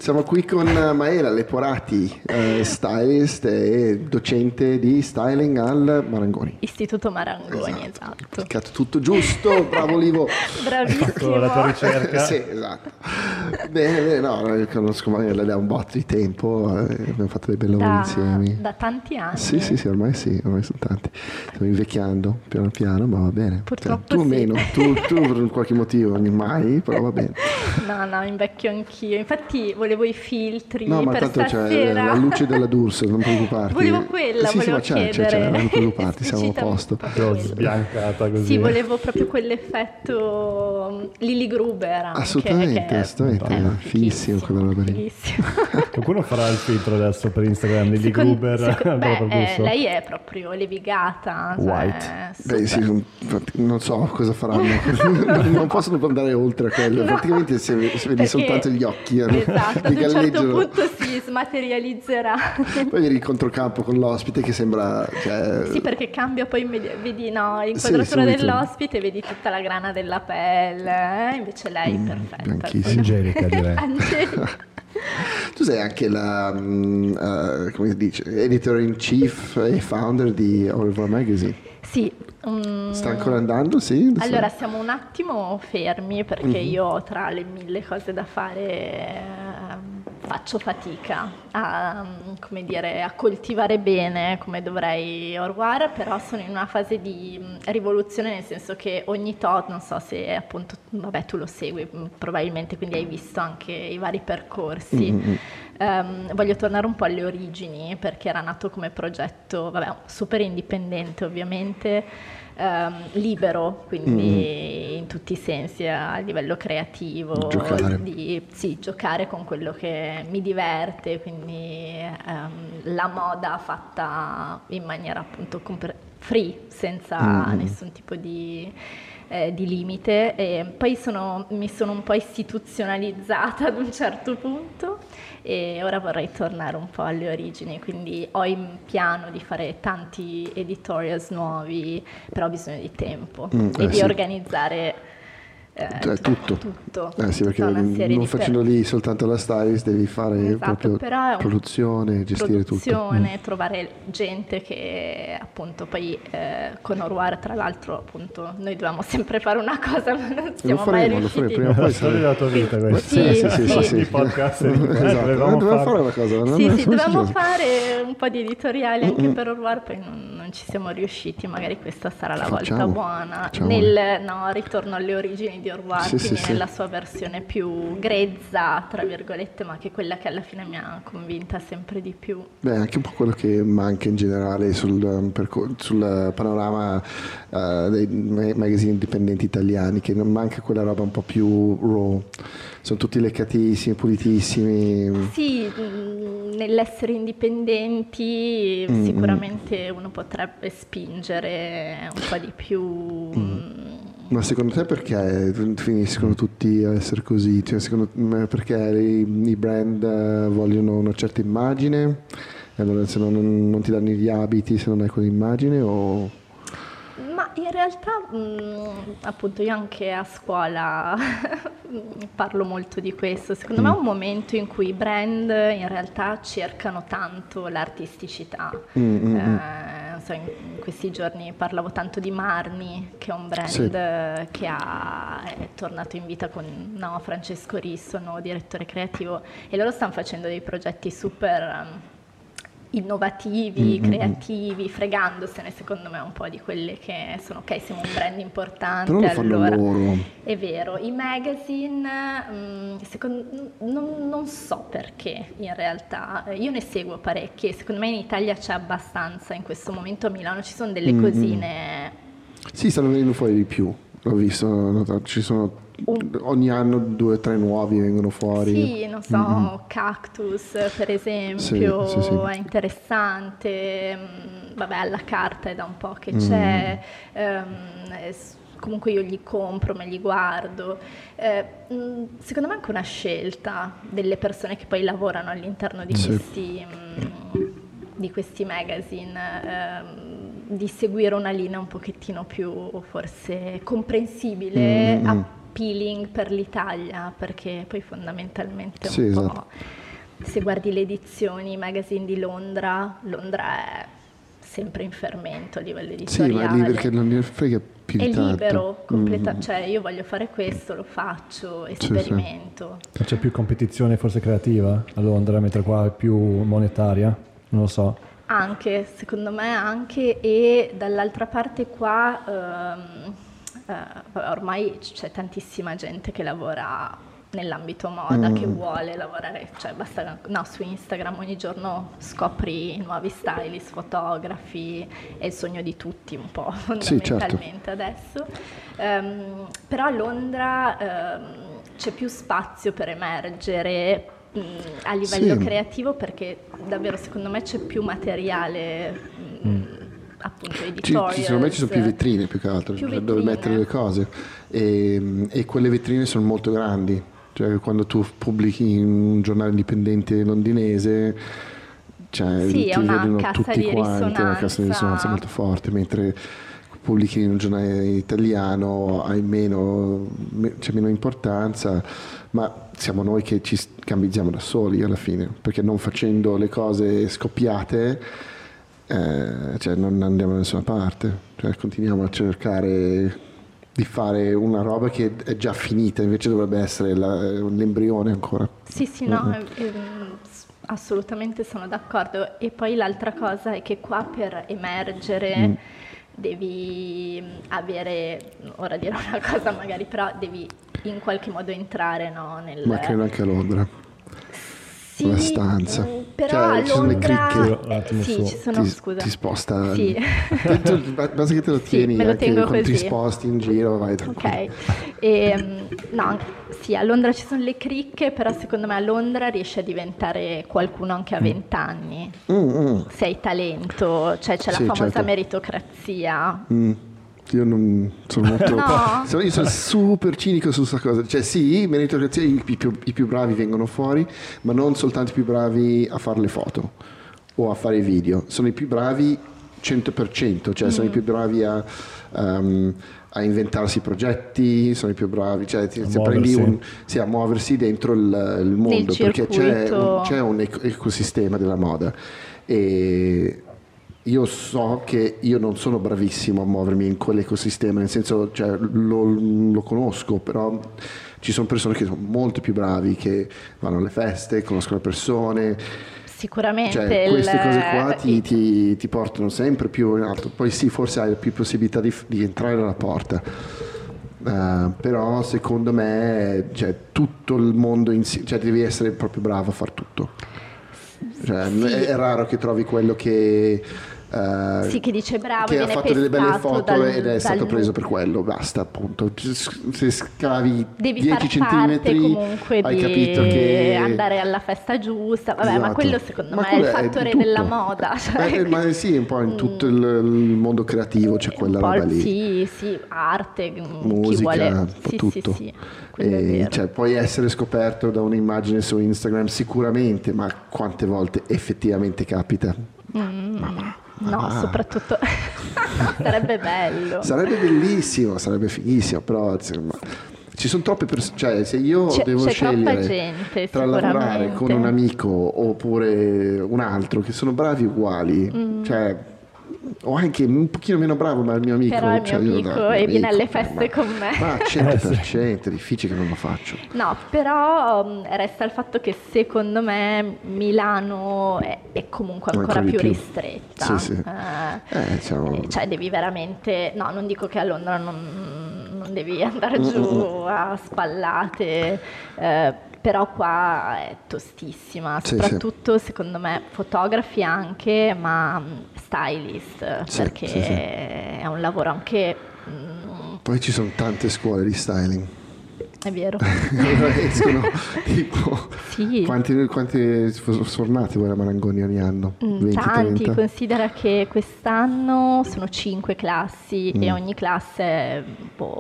Siamo qui con Maela Leporati, stylist e docente di styling al Marangoni. Istituto Marangoni, esatto. Cliccato tutto giusto, bravo Livo. Bravissimo. La tua ricerca. Sì, esatto. Bene, no, conosco Maela da un botto di tempo, abbiamo fatto dei bei lavori insieme. Da tanti anni. Sì, ormai sono tanti. Stiamo invecchiando piano piano, ma va bene. Purtroppo tu sì. meno, tu per qualche motivo, mai, però va bene. No, invecchio anch'io. Infatti volevo i filtri No, ma per tanto c'è stasera. la luce della D'Urso, non preoccuparti. Volevo quella, sì, volevo ma c'è, chiedere. non preoccuparti, siamo a posto. L'ho sbiancata così. Sì, volevo proprio quell'effetto Lily Gruber anche, Assolutamente, fighissimo quella roba lì. Fighissimo. Qualcuno farà il filtro adesso per Instagram, Lily Gruber. Lei è proprio levigata. White. Beh, sì, non so cosa faranno. Non possono andare oltre a quello. No, praticamente si vede soltanto gli occhi. Esatto, ad un certo punto si smaterializzerà. Poi vedi il controcampo con l'ospite che sembra... Sì, perché cambia poi, vedi l'inquadratura dell'ospite, vedi tutta la grana della pelle, invece lei perfetta. Bianchissima. Angelica, direi. Angelica. Tu sei anche la come si dice, editor in chief e founder di Oliver Magazine. Sì. Sta ancora andando, sì? Allora siamo un attimo fermi perché io tra le 1000 cose da fare faccio fatica a coltivare bene come dovrei Orwar, però sono in una fase di rivoluzione, nel senso che ogni tot, non so se appunto, vabbè tu lo segui probabilmente, quindi hai visto anche i vari percorsi. Voglio tornare un po' alle origini perché era nato come progetto, super indipendente ovviamente, libero, quindi in tutti i sensi a livello creativo, giocare con quello che mi diverte, quindi la moda fatta in maniera appunto free, senza nessun tipo di limite, e poi mi sono un po' istituzionalizzata ad un certo punto e ora vorrei tornare un po' alle origini, quindi ho in piano di fare tanti editorials nuovi, però ho bisogno di tempo e di organizzare tutto. Sì, perché non facendo lì soltanto la stylist, devi fare proprio produzione, gestire tutto. Trovare gente che appunto poi con Orwar, tra l'altro appunto noi dovevamo sempre fare una cosa ma non siamo mai riusciti. Prima o poi storia della tua vita questa. Sì. I podcast dovevamo fare una cosa. Dovevamo fare un po' di editoriali anche per Orwar, poi non ci siamo riusciti, magari questa sarà la volta buona. Ritorno alle origini di Orwar, quindi nella sua versione più grezza, tra virgolette, ma che è quella che alla fine mi ha convinta sempre di più. Beh, anche un po' quello che manca in generale sul panorama dei magazine indipendenti italiani, che non manca quella roba un po' più raw. Sono tutti leccatissimi, pulitissimi. Sì, nell'essere indipendenti sicuramente uno potrebbe spingere un po' di più. Ma secondo te perché finiscono tutti a essere così? Cioè, secondo me perché i brand vogliono una certa immagine? E allora se non ti danno gli abiti, se non hai quell'immagine o... Ma in realtà appunto io anche a scuola parlo molto di questo. Secondo me è un momento in cui i brand in realtà cercano tanto l'artisticità. In questi giorni parlavo tanto di Marni, che è un brand che è tornato in vita con Francesco Risso, il nuovo direttore creativo, e loro stanno facendo dei progetti super innovativi, creativi, fregandosene secondo me un po' di quelle che sono siamo un brand importante. Però lo fanno loro. È vero, i magazine non so perché in realtà, io ne seguo parecchi e secondo me in Italia c'è abbastanza, in questo momento a Milano ci sono delle cosine. Sì, stanno venendo fuori di più, l'ho visto, ci sono ogni anno 2 o 3 nuovi vengono fuori. Sì, non so, Cactus per esempio, sì. è interessante, alla carta è da un po' che c'è, comunque io li compro, me li guardo. Secondo me è anche una scelta delle persone che poi lavorano all'interno di questi magazine, di seguire una linea un pochettino più forse comprensibile peeling per l'Italia, perché poi fondamentalmente Sì, un po', esatto. se guardi le edizioni, i magazine di Londra è sempre in fermento a livello Sì, editoriale. ma è lì perché non ne frega più è di tanto. libero, cioè io voglio fare questo, lo faccio, esperimento. C'è più competizione forse creativa a Londra, mentre qua è più monetaria? Non lo so. Anche, secondo me anche, e dall'altra parte qua ormai c'è tantissima gente che lavora nell'ambito moda, che vuole lavorare, cioè basta, no, su Instagram ogni giorno scopri nuovi stylist, fotografi, è il sogno di tutti un po' fondamentalmente adesso. Però a Londra c'è più spazio per emergere a livello creativo, perché davvero secondo me c'è più materiale appunto editorial. Secondo me ci sono più vetrine più che altro, dove mettere le cose, e quelle vetrine sono molto grandi, cioè quando tu pubblichi in un giornale indipendente londinese, cioè sì, ti vedono tutti quanti, è una cassa di risonanza molto forte, mentre pubblichi in un giornale italiano c'è meno importanza, ma siamo noi che ci scambizziamo da soli alla fine, perché non facendo le cose scoppiate cioè non andiamo da nessuna parte, cioè continuiamo a cercare di fare una roba che è già finita, invece dovrebbe essere l'embrione ancora. Sì, no, assolutamente sono d'accordo. E poi l'altra cosa è che qua per emergere devi avere, ora dirò una cosa magari, però devi in qualche modo entrare, no, Ma credo anche a Londra. sì, la stanza, però a ci sono le Londra cricche, sì, ci sono, scusa, ti sposta, sì. basta che te lo tieni, me lo anche tengo quando ti così. sposti in giro vai tranquillo. Ok, no, sì, a Londra ci sono le cricche, però secondo me a Londra riesci a diventare qualcuno anche a 20 anni, se hai talento, cioè c'è la Sì, famosa certo. meritocrazia. Io non sono molto No. io sono super cinico su questa cosa, cioè sì, meritocrazia, i più bravi vengono fuori, ma non soltanto i più bravi a fare le foto o a fare i video, sono i più bravi 100%, cioè sono i più bravi a inventarsi progetti, sono i più bravi, cioè a muoversi dentro il mondo, perché c'è un ecosistema della moda, e io so che io non sono bravissimo a muovermi in quell'ecosistema, nel senso, cioè, lo conosco, però ci sono persone che sono molto più bravi, che vanno alle feste, conoscono le persone. Sicuramente Cioè, queste cose qua ti portano sempre più in alto. Poi sì, forse hai più possibilità di entrare dalla porta, però secondo me, cioè, tutto il mondo cioè, devi essere proprio bravo a far tutto. Cioè, sì. È raro che trovi quello che che dice bravo, che ha viene fatto delle belle foto ed è stato dal preso per quello, basta, appunto. Se scavi devi 10 far centimetri parte comunque hai di capito che andare alla festa giusta, vabbè, esatto. ma quello secondo me è il quello fattore tutto. della moda, cioè, ma sì, un po' in tutto il mondo creativo c'è quella un po' roba lì, sì, arte, musica, chi vuole, un po' tutto. sì, quello è vero. Cioè, puoi essere scoperto da un'immagine su Instagram sicuramente, ma quante volte effettivamente capita? No, soprattutto sarebbe bello. Sarebbe bellissimo, sarebbe fighissimo, però insomma, ci sono troppe persone, cioè se io devo c'è scegliere troppa gente, tra lavorare sicuramente. con un amico oppure un altro che sono bravi uguali, cioè, o anche un pochino meno bravo ma il mio amico, Però è cioè, mio io amico e viene alle feste con me. Ma 100% è difficile che non lo faccio. No, però resta il fatto che secondo me Milano è comunque ancora più ristretta. Sì. Cioè devi veramente, no, non dico che a Londra non devi andare giù a spallate, però qua è tostissima, soprattutto secondo me fotografi anche, ma stylist, perché è un lavoro anche... Poi ci sono tante scuole di styling. È vero. Escono tipo sì. Quante sfornati voi a Marangoni ogni anno? 20, tanti, 30? Considera che quest'anno sono 5 classi e ogni classe è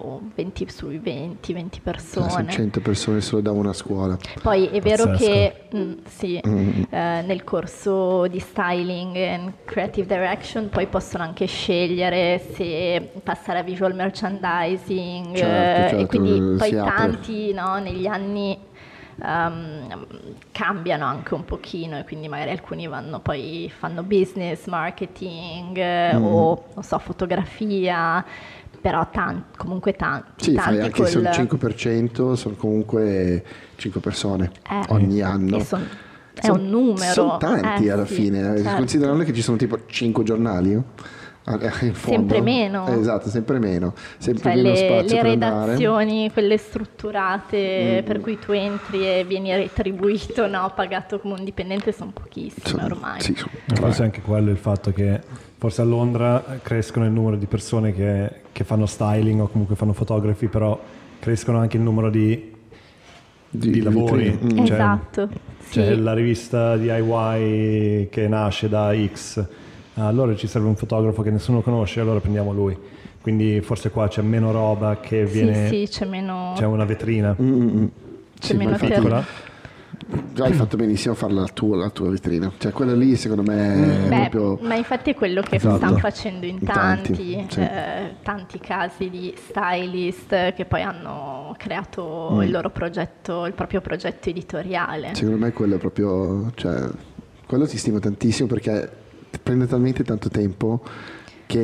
20 persone. Sono 100 persone solo da una scuola. Poi è vero Pazzesco. che sì, nel corso di styling and creative direction poi possono anche scegliere se passare a visual merchandising, Certo, e quindi poi si apre. tanti, no, negli anni cambiano anche un pochino, e quindi magari alcuni fanno business, marketing, o non so, fotografia, però comunque Sì, fai tanti anche se il 5%, sono comunque 5 persone ogni anno. È un numero. Sono tanti alla sì, fine, certo. considerando che ci sono tipo 5 giornali. In fondo. Sempre meno. Esatto, sempre meno. Sempre Cioè meno spazio le per andare. redazioni, quelle strutturate per cui tu entri e vieni retribuito, no, pagato come un dipendente, sono pochissime ormai. Sì, Forse anche quello il fatto che forse a Londra crescono il numero di persone che fanno styling o comunque fanno fotografi, però crescono anche il numero di lavori. Cioè, Esatto. c'è Sì. la rivista DIY che nasce da X, allora ci serve un fotografo che nessuno conosce, allora prendiamo lui. Quindi forse qua c'è meno roba che viene... Sì, c'è meno... C'è una vetrina. C'è meno Piccola. Hai fatto benissimo a fare la tua vetrina, cioè quella lì secondo me è proprio... Ma infatti è quello che Esatto. stanno facendo in Tanti, sì. tanti casi di stylist che poi hanno creato il loro progetto, il proprio progetto editoriale. Secondo me quello è proprio, cioè, quello ti stimo tantissimo perché prende talmente tanto tempo che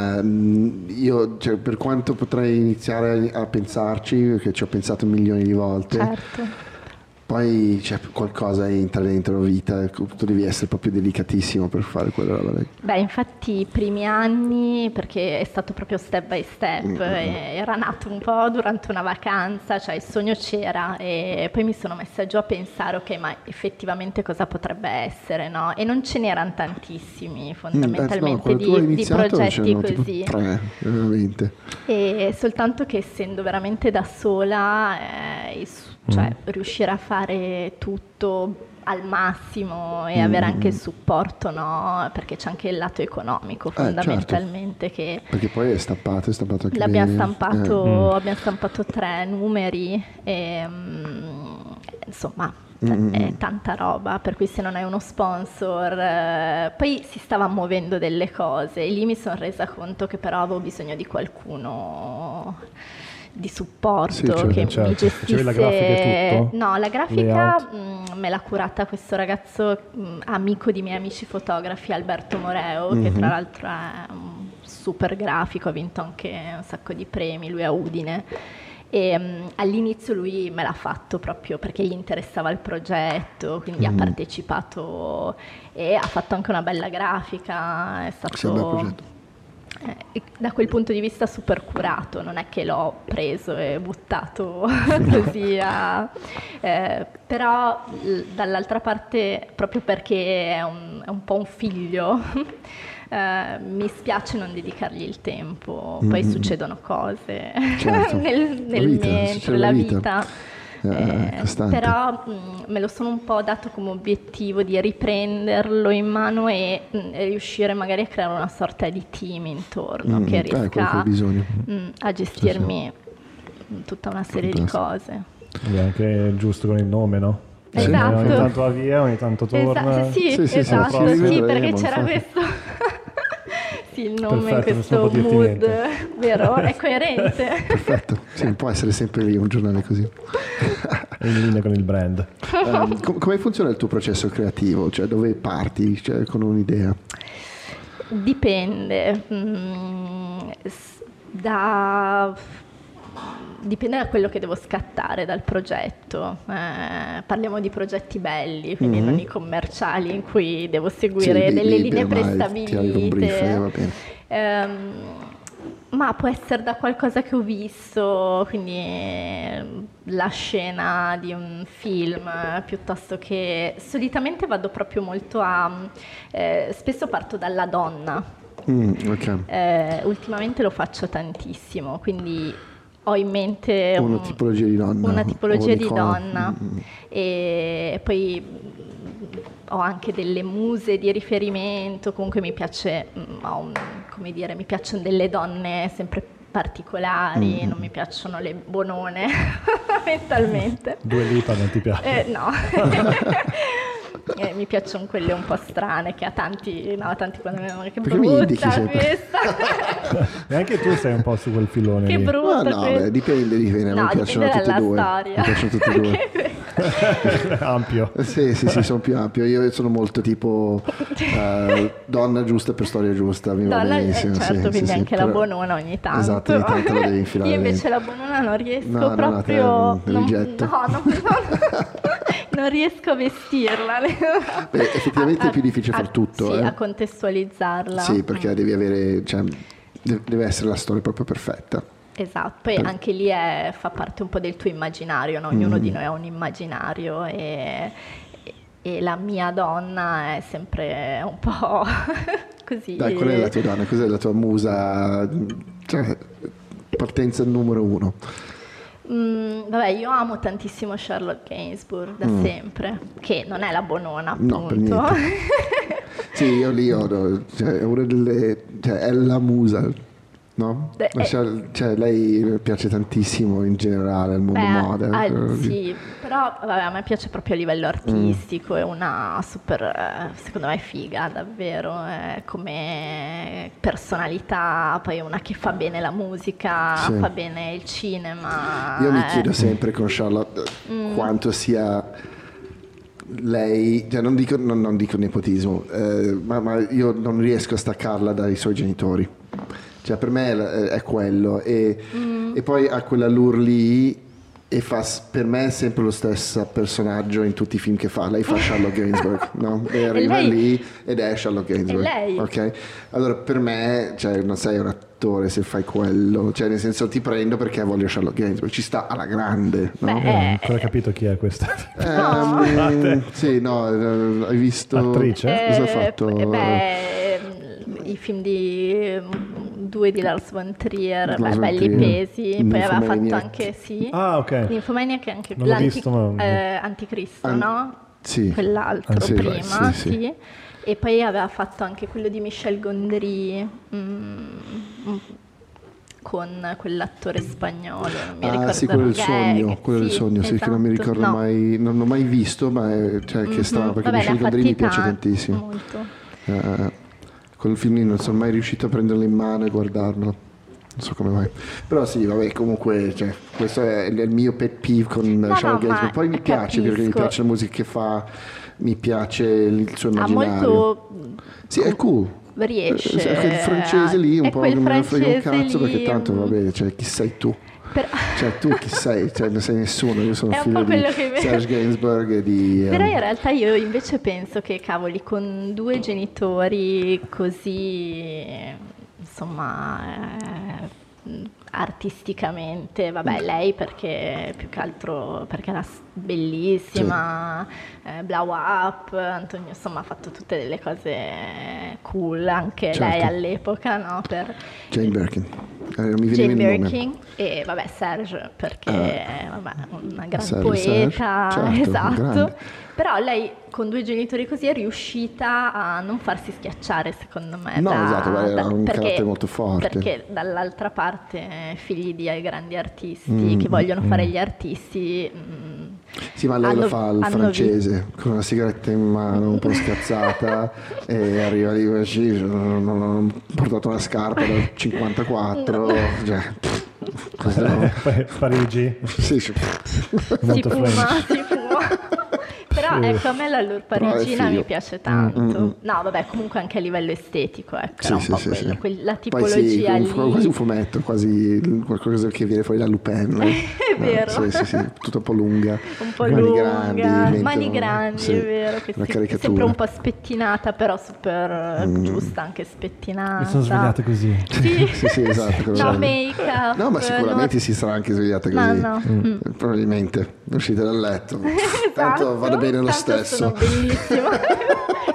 io, cioè, per quanto potrei iniziare a pensarci, perché ci ho pensato milioni di volte, Certo. poi c'è qualcosa entra dentro la vita, tu devi essere proprio delicatissimo per fare quella roba lì. Beh, infatti i primi anni, perché è stato proprio step by step, era nato un po' durante una vacanza, cioè il sogno c'era, e poi mi sono messa giù a pensare, ok, ma effettivamente cosa potrebbe essere, no? E non ce n'erano tantissimi fondamentalmente quando tu hai di iniziato progetti c'erano tipo così. 3, veramente. E soltanto che essendo veramente da sola, cioè riuscire a fare tutto al massimo e avere anche il supporto, no? Perché c'è anche il lato economico fondamentalmente, certo. Perché poi è stampato anche l'abbiamo bene. abbiamo stampato 3 numeri e insomma è tanta roba, per cui se non hai uno sponsor, poi si stava muovendo delle cose e lì mi sono resa conto che però avevo bisogno di qualcuno di supporto, Sì, certo, che mi certo. gestisse. Facevi la grafica e tutto? No, la grafica Layout? me l'ha curata questo ragazzo amico di miei amici fotografi, Alberto Moreo, che tra l'altro è un super grafico, ha vinto anche un sacco di premi, lui a Udine. E all'inizio lui me l'ha fatto proprio perché gli interessava il progetto, quindi ha partecipato e ha fatto anche una bella grafica, è stato Sì, un bel progetto. Da quel punto di vista super curato, non è che l'ho preso e buttato così però dall'altra parte, proprio perché è un po' un figlio, mi spiace non dedicargli il tempo, poi succedono cose Certo. nel mentre, la vita. Costante. Però me lo sono un po' dato come obiettivo di riprenderlo in mano e riuscire magari a creare una sorta di team intorno che quello che hai riesca bisogno. a gestirmi tutta una serie di cose. È anche giusto con il nome, no? Esatto. Ogni tanto va via, ogni tanto torna. Sì, Sì, esatto, ci sì, rivedremo, perché c'era infatti. questo sì, il nome in Perfetto, questo non so dirti mood, niente. vero? È coerente. Perfetto, sì, non può essere sempre lì un giornale così. È in linea con il brand. Come funziona il tuo processo creativo? Cioè, dove parti? Cioè, con un'idea? Dipende. Dipende da quello che devo scattare dal progetto. Parliamo di progetti belli, quindi non i commerciali in cui devo seguire Sì, delle lì, linee bene o male, ti arriva un brief, va prestabilite. bene. Ma può essere da qualcosa che ho visto, quindi la scena di un film, piuttosto che... Solitamente vado proprio molto spesso parto dalla donna. Ok. Ultimamente lo faccio tantissimo, quindi ho in mente Una tipologia di donna. una tipologia o di un'icona. donna e poi ho anche delle muse di riferimento, comunque mi piace, come dire, mi piacciono delle donne sempre particolari, non mi piacciono le bonone, fondamentalmente. Due Lipa non ti piace? No. Mi piacciono quelle un po' strane che ha tanti quando che perché mi indichi brutta sempre? questa. Neanche tu sei un po' su quel filone Che lì. brutta No, questa. dipende, No, mi piacciono dipende tutti e dalla due. storia. Mi piacciono tutti e due. Ampio. Sì, sono più ampio. Io sono molto tipo donna giusta per storia giusta. Mi va Donna, benissimo. certo, sì, quindi anche però- la bonona ogni tanto. Esatto, ogni tanto la devi infilare Io invece dentro. la bonona non riesco No, proprio. te la rigetto. Non riesco a vestirla. Beh, effettivamente è più difficile far tutto. Sì, a contestualizzarla. Sì, perché devi avere, cioè, deve essere la storia proprio perfetta. Esatto, poi anche lì fa parte un po' del tuo immaginario, no? Ognuno di noi ha un immaginario e la mia donna è sempre un po' così. Dai, qual è la tua donna? Cos'è la tua musa? Cioè, partenza numero 1. Vabbè, io amo tantissimo Charlotte Gainsbourg da sempre, che non è la bonona, appunto. No, per niente. Sì, io lì cioè, è una delle, cioè, è la musa, no? Cioè, lei mi piace tantissimo in generale al mondo moda. Sì, però vabbè, a me piace proprio a livello artistico, è una super, secondo me figa, davvero, come personalità, poi è una che fa bene la musica, Sì. fa bene il cinema. Io mi chiedo sempre con Charlotte quanto sia lei, cioè non dico nepotismo, ma io non riesco a staccarla dai suoi genitori. Cioè per me è quello e poi ha quella lure lì e fa per me è sempre lo stesso personaggio in tutti i film che fa. Lei fa Charlotte Gainsbourg, no? E arriva lì ed è Charlotte Gainsbourg. E lei? Ok? Allora per me, cioè, non sei un attore se fai quello, cioè nel senso ti prendo perché voglio Charlotte Gainsbourg, ci sta alla grande, no? Beh, Non ho ancora capito chi è questa. Sì, no, hai visto Attrice? cosa ha fatto? I film di due di Lars von Trier, Lars von belli Trier. pesi, poi aveva fatto Nymphomaniac. anche Ah, ok. Nymphomaniac, anche Non l'ho visto, ma- Anticristo, no? Sì. Quell'altro Sì, prima, sì. sì. E poi aveva fatto anche quello di Michel Gondry con quell'attore spagnolo, non mi ricordo. Sì, quello del sogno, sì, che non mi esatto. ricordo No. mai, non l'ho mai visto, ma cioè, che strano, perché Vabbè, Michel ne ha Gondry mi fatti piace tanti, tantissimo. molto. Quel film lì non sono mai riuscito a prenderlo in mano e guardarlo. Non so come mai. Però sì, vabbè, comunque, cioè, questo è il mio pet peeve con Charlotte ma Gainsbourg. Poi mi piace perché mi capisco. piace la musica che fa, mi piace il suo Ha immaginario. molto Sì, è cool. riesce. Quel francese lì un è po' quel che me ne frega un francese cazzo perché lì, tanto vabbè, cioè, chi sei tu? Cioè tu chi sei? Cioè non sei nessuno, io sono È un figlio po' di quello che Serge Gainsbourg e di... Però in realtà io invece penso che, cavoli, con due genitori così, insomma, artisticamente, vabbè, lei perché più che altro perché era bellissima, Blow Up, Antonio, insomma, ha fatto tutte delle cose cool, anche Certo. lei all'epoca, no? Per Jane Birkin. Non mi Jane veniva il nome. Birkin e vabbè Serge perché vabbè, una gran Serge, poeta, certo, esatto. grande. Però lei con due genitori così è riuscita a non farsi schiacciare, secondo me. No, esatto, beh, era un carattere molto forte. Perché dall'altra parte figli di grandi artisti che vogliono fare gli artisti. Sì, ma lei lo fa al hanno francese, con una sigaretta in mano, un po' scazzata, e arriva lì così, non ho portato una scarpa dal 54, cioè... questo- Parigi. sì, si molto fuma, French. si fuma. Però ecco, a me la lure Però è parigina figo. mi piace tanto. No, vabbè, comunque anche a livello estetico, ecco, era un po' quello, la Poi tipologia sì, lì. quasi un fumetto, quasi qualcosa che viene fuori da Lupin. È vero. Sì, tutto un po' lunga. Un po' mani lunga, grandi, mani grandi, sì, è vero, che una sì, caricatura. sempre un po' spettinata, però super giusta anche spettinata. Mi sono svegliato così. Sì, Sì, esatto. quello no là. make-up. No, ma sicuramente si sarà anche svegliata così. No. Probabilmente, uscite dal letto. Esatto, Tanto vado bene lo tanto stesso. Sono bellissima.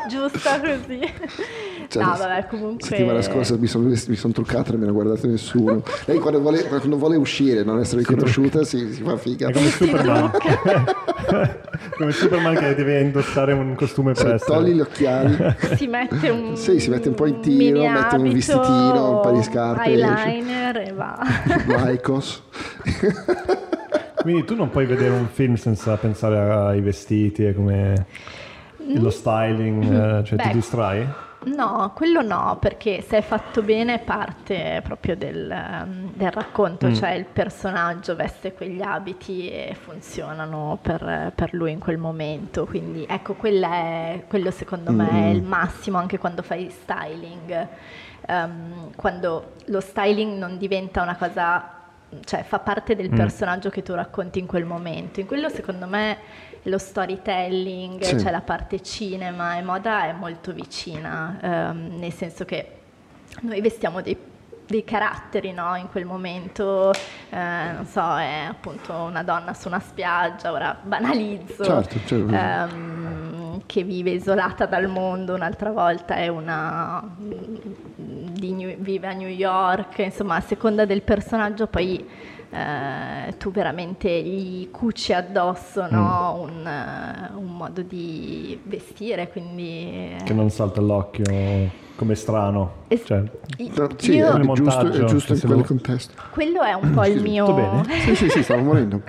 giusta così. Cioè, no, vabbè, comunque... Settimana scorsa mi sono truccata e non mi ha guardato nessuno. Lei quando vuole uscire, non essere riconosciuta, si fa figa. È come Superman. Come Superman che deve indossare un costume per essere. Togli gli occhiali. Si mette un si mette un po' in tiro, mini mette un abito, vestitino, un paio di scarpe, eyeliner e va. Lycos. Quindi tu non puoi vedere un film senza pensare ai vestiti e come lo styling, cioè ti distrai? No, quello no, perché se è fatto bene parte proprio del racconto, cioè il personaggio veste quegli abiti e funzionano per lui in quel momento, quindi ecco, quello secondo me è il massimo anche quando fai styling, quando lo styling non diventa una cosa, cioè fa parte del personaggio che tu racconti in quel momento, in quello secondo me lo storytelling, cioè la parte cinema e moda è molto vicina, nel senso che noi vestiamo dei caratteri, no? In quel momento, non so, è appunto una donna su una spiaggia, ora banalizzo, certo. Che vive isolata dal mondo, un'altra volta è una vive a New York, insomma a seconda del personaggio poi tu veramente gli cuci addosso, no? Un modo di vestire, quindi che non salta all'occhio come strano, cioè, sì, è giusto in quel contesto. Quello è un po' il mio... Tutto bene? Sì, stavo morendo.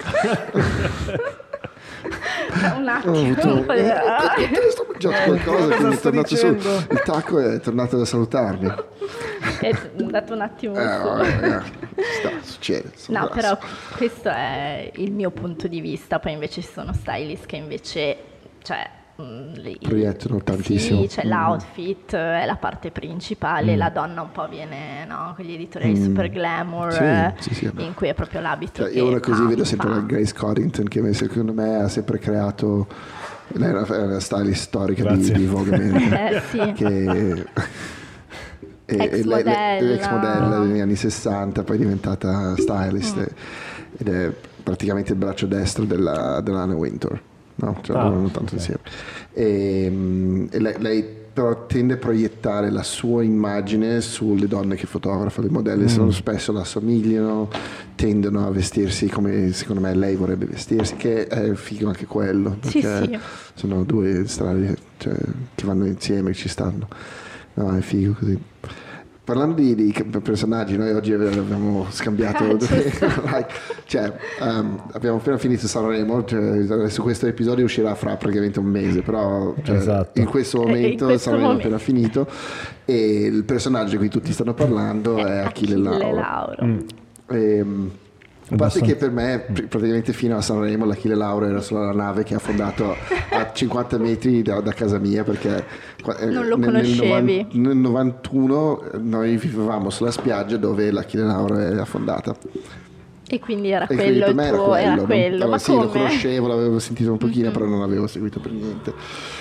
un attimo, sto mangiando qualcosa che mi è tornato su. Il tacco è tornato a salutarmi. È andato un attimo succede. No, però questo è il mio punto di vista. Poi invece ci sono stylist che invece, cioè, proiettano tantissimo. Sì, cioè l'outfit è la parte principale, la donna un po' viene, no, con gli editoriali super glamour, sì, in cui è proprio l'abito, cioè, io ora così vedo sempre la Grace Coddington, che secondo me ha sempre creato, lei è una stylist storica di Vogue America, sì. che ex modella degli anni 60, poi è diventata stylist ed è praticamente il braccio destro dell'Anna Wintour, no? Cioè lavorano tanto insieme, e lei però tende a proiettare la sua immagine sulle donne che fotografa, le modelle spesso la assomigliano, tendono a vestirsi come secondo me lei vorrebbe vestirsi, che è figo anche quello, perché sono due strade, cioè, che vanno insieme, ci stanno. No, è figo così. Parlando di personaggi, noi oggi abbiamo scambiato cioè, abbiamo appena finito Sanremo, cioè, su questo episodio uscirà fra praticamente un mese, però cioè, in questo momento Sanremo è appena finito e il personaggio di cui tutti stanno parlando è Achille Lauro. A parte che per me praticamente fino a Sanremo l'Achille Lauro era solo la nave che ha affondato a 50 metri da casa mia, perché non lo conoscevi. Nel 91 noi vivevamo sulla spiaggia dove l'Achille Lauro è affondata. E quindi era quello, per me era quello. Allora, ma sì, come? lo conoscevo, l'avevo sentito un pochino, però non l'avevo seguito per niente.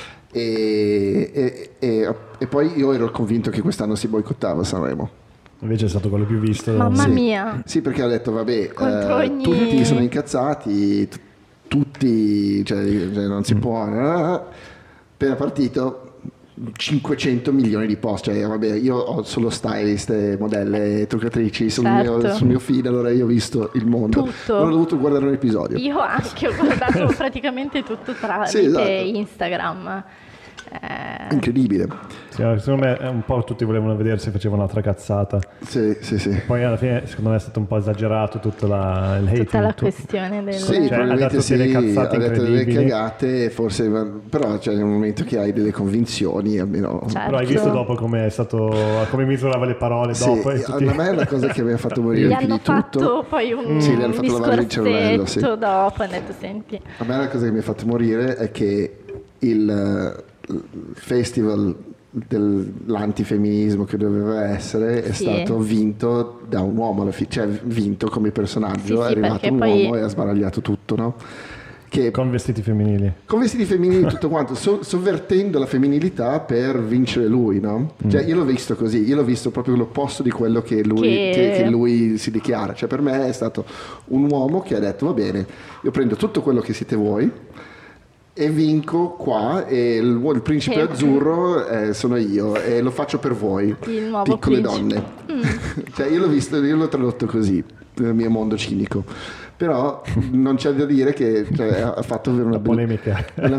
E poi io ero convinto che quest'anno si boicottava Sanremo. Invece è stato quello più visto. Mamma mia. Sì, perché ho detto vabbè, tutti sono incazzati, tutti, cioè non si può. Appena partito 500 milioni di post, cioè vabbè, io ho solo stylist, modelle e truccatrici sul mio feed, allora io ho visto il mondo. Tutto. Non ho dovuto guardare un episodio. Io anche ho guardato praticamente tutto tramite Instagram. Incredibile. Sì, secondo me un po' tutti volevano vedere se faceva un'altra cazzata. Sì. Poi alla fine secondo me è stato un po' esagerato il hate, tutta la questione del... Sì, cioè, probabilmente ha detto delle cagate, forse, però cioè, nel momento che hai delle convinzioni almeno... Certo. Però hai visto dopo come misurava le parole dopo? Sì, a me è la cosa che mi ha fatto morire più di tutto. Gli hanno fatto poi un gli hanno fatto lavare il cervello, dopo, hanno detto senti... A me la cosa che mi ha fatto morire è che il festival dell'antifemminismo che doveva essere è stato vinto da un uomo alla fine, cioè vinto come personaggio, è arrivato un uomo e ha sbaragliato tutto, no? Con vestiti femminili tutto quanto, sovvertendo la femminilità per vincere lui, no? Cioè io l'ho visto così, io l'ho visto proprio l'opposto di quello che lui si dichiara, cioè per me è stato un uomo che ha detto va bene, io prendo tutto quello che siete voi e vinco qua e il principe azzurro sono io e lo faccio per voi, il nuovo piccole principe. donne. Cioè io l'ho visto, io l'ho tradotto così nel mio mondo cinico, però non c'è da dire che ha fatto una polemica. È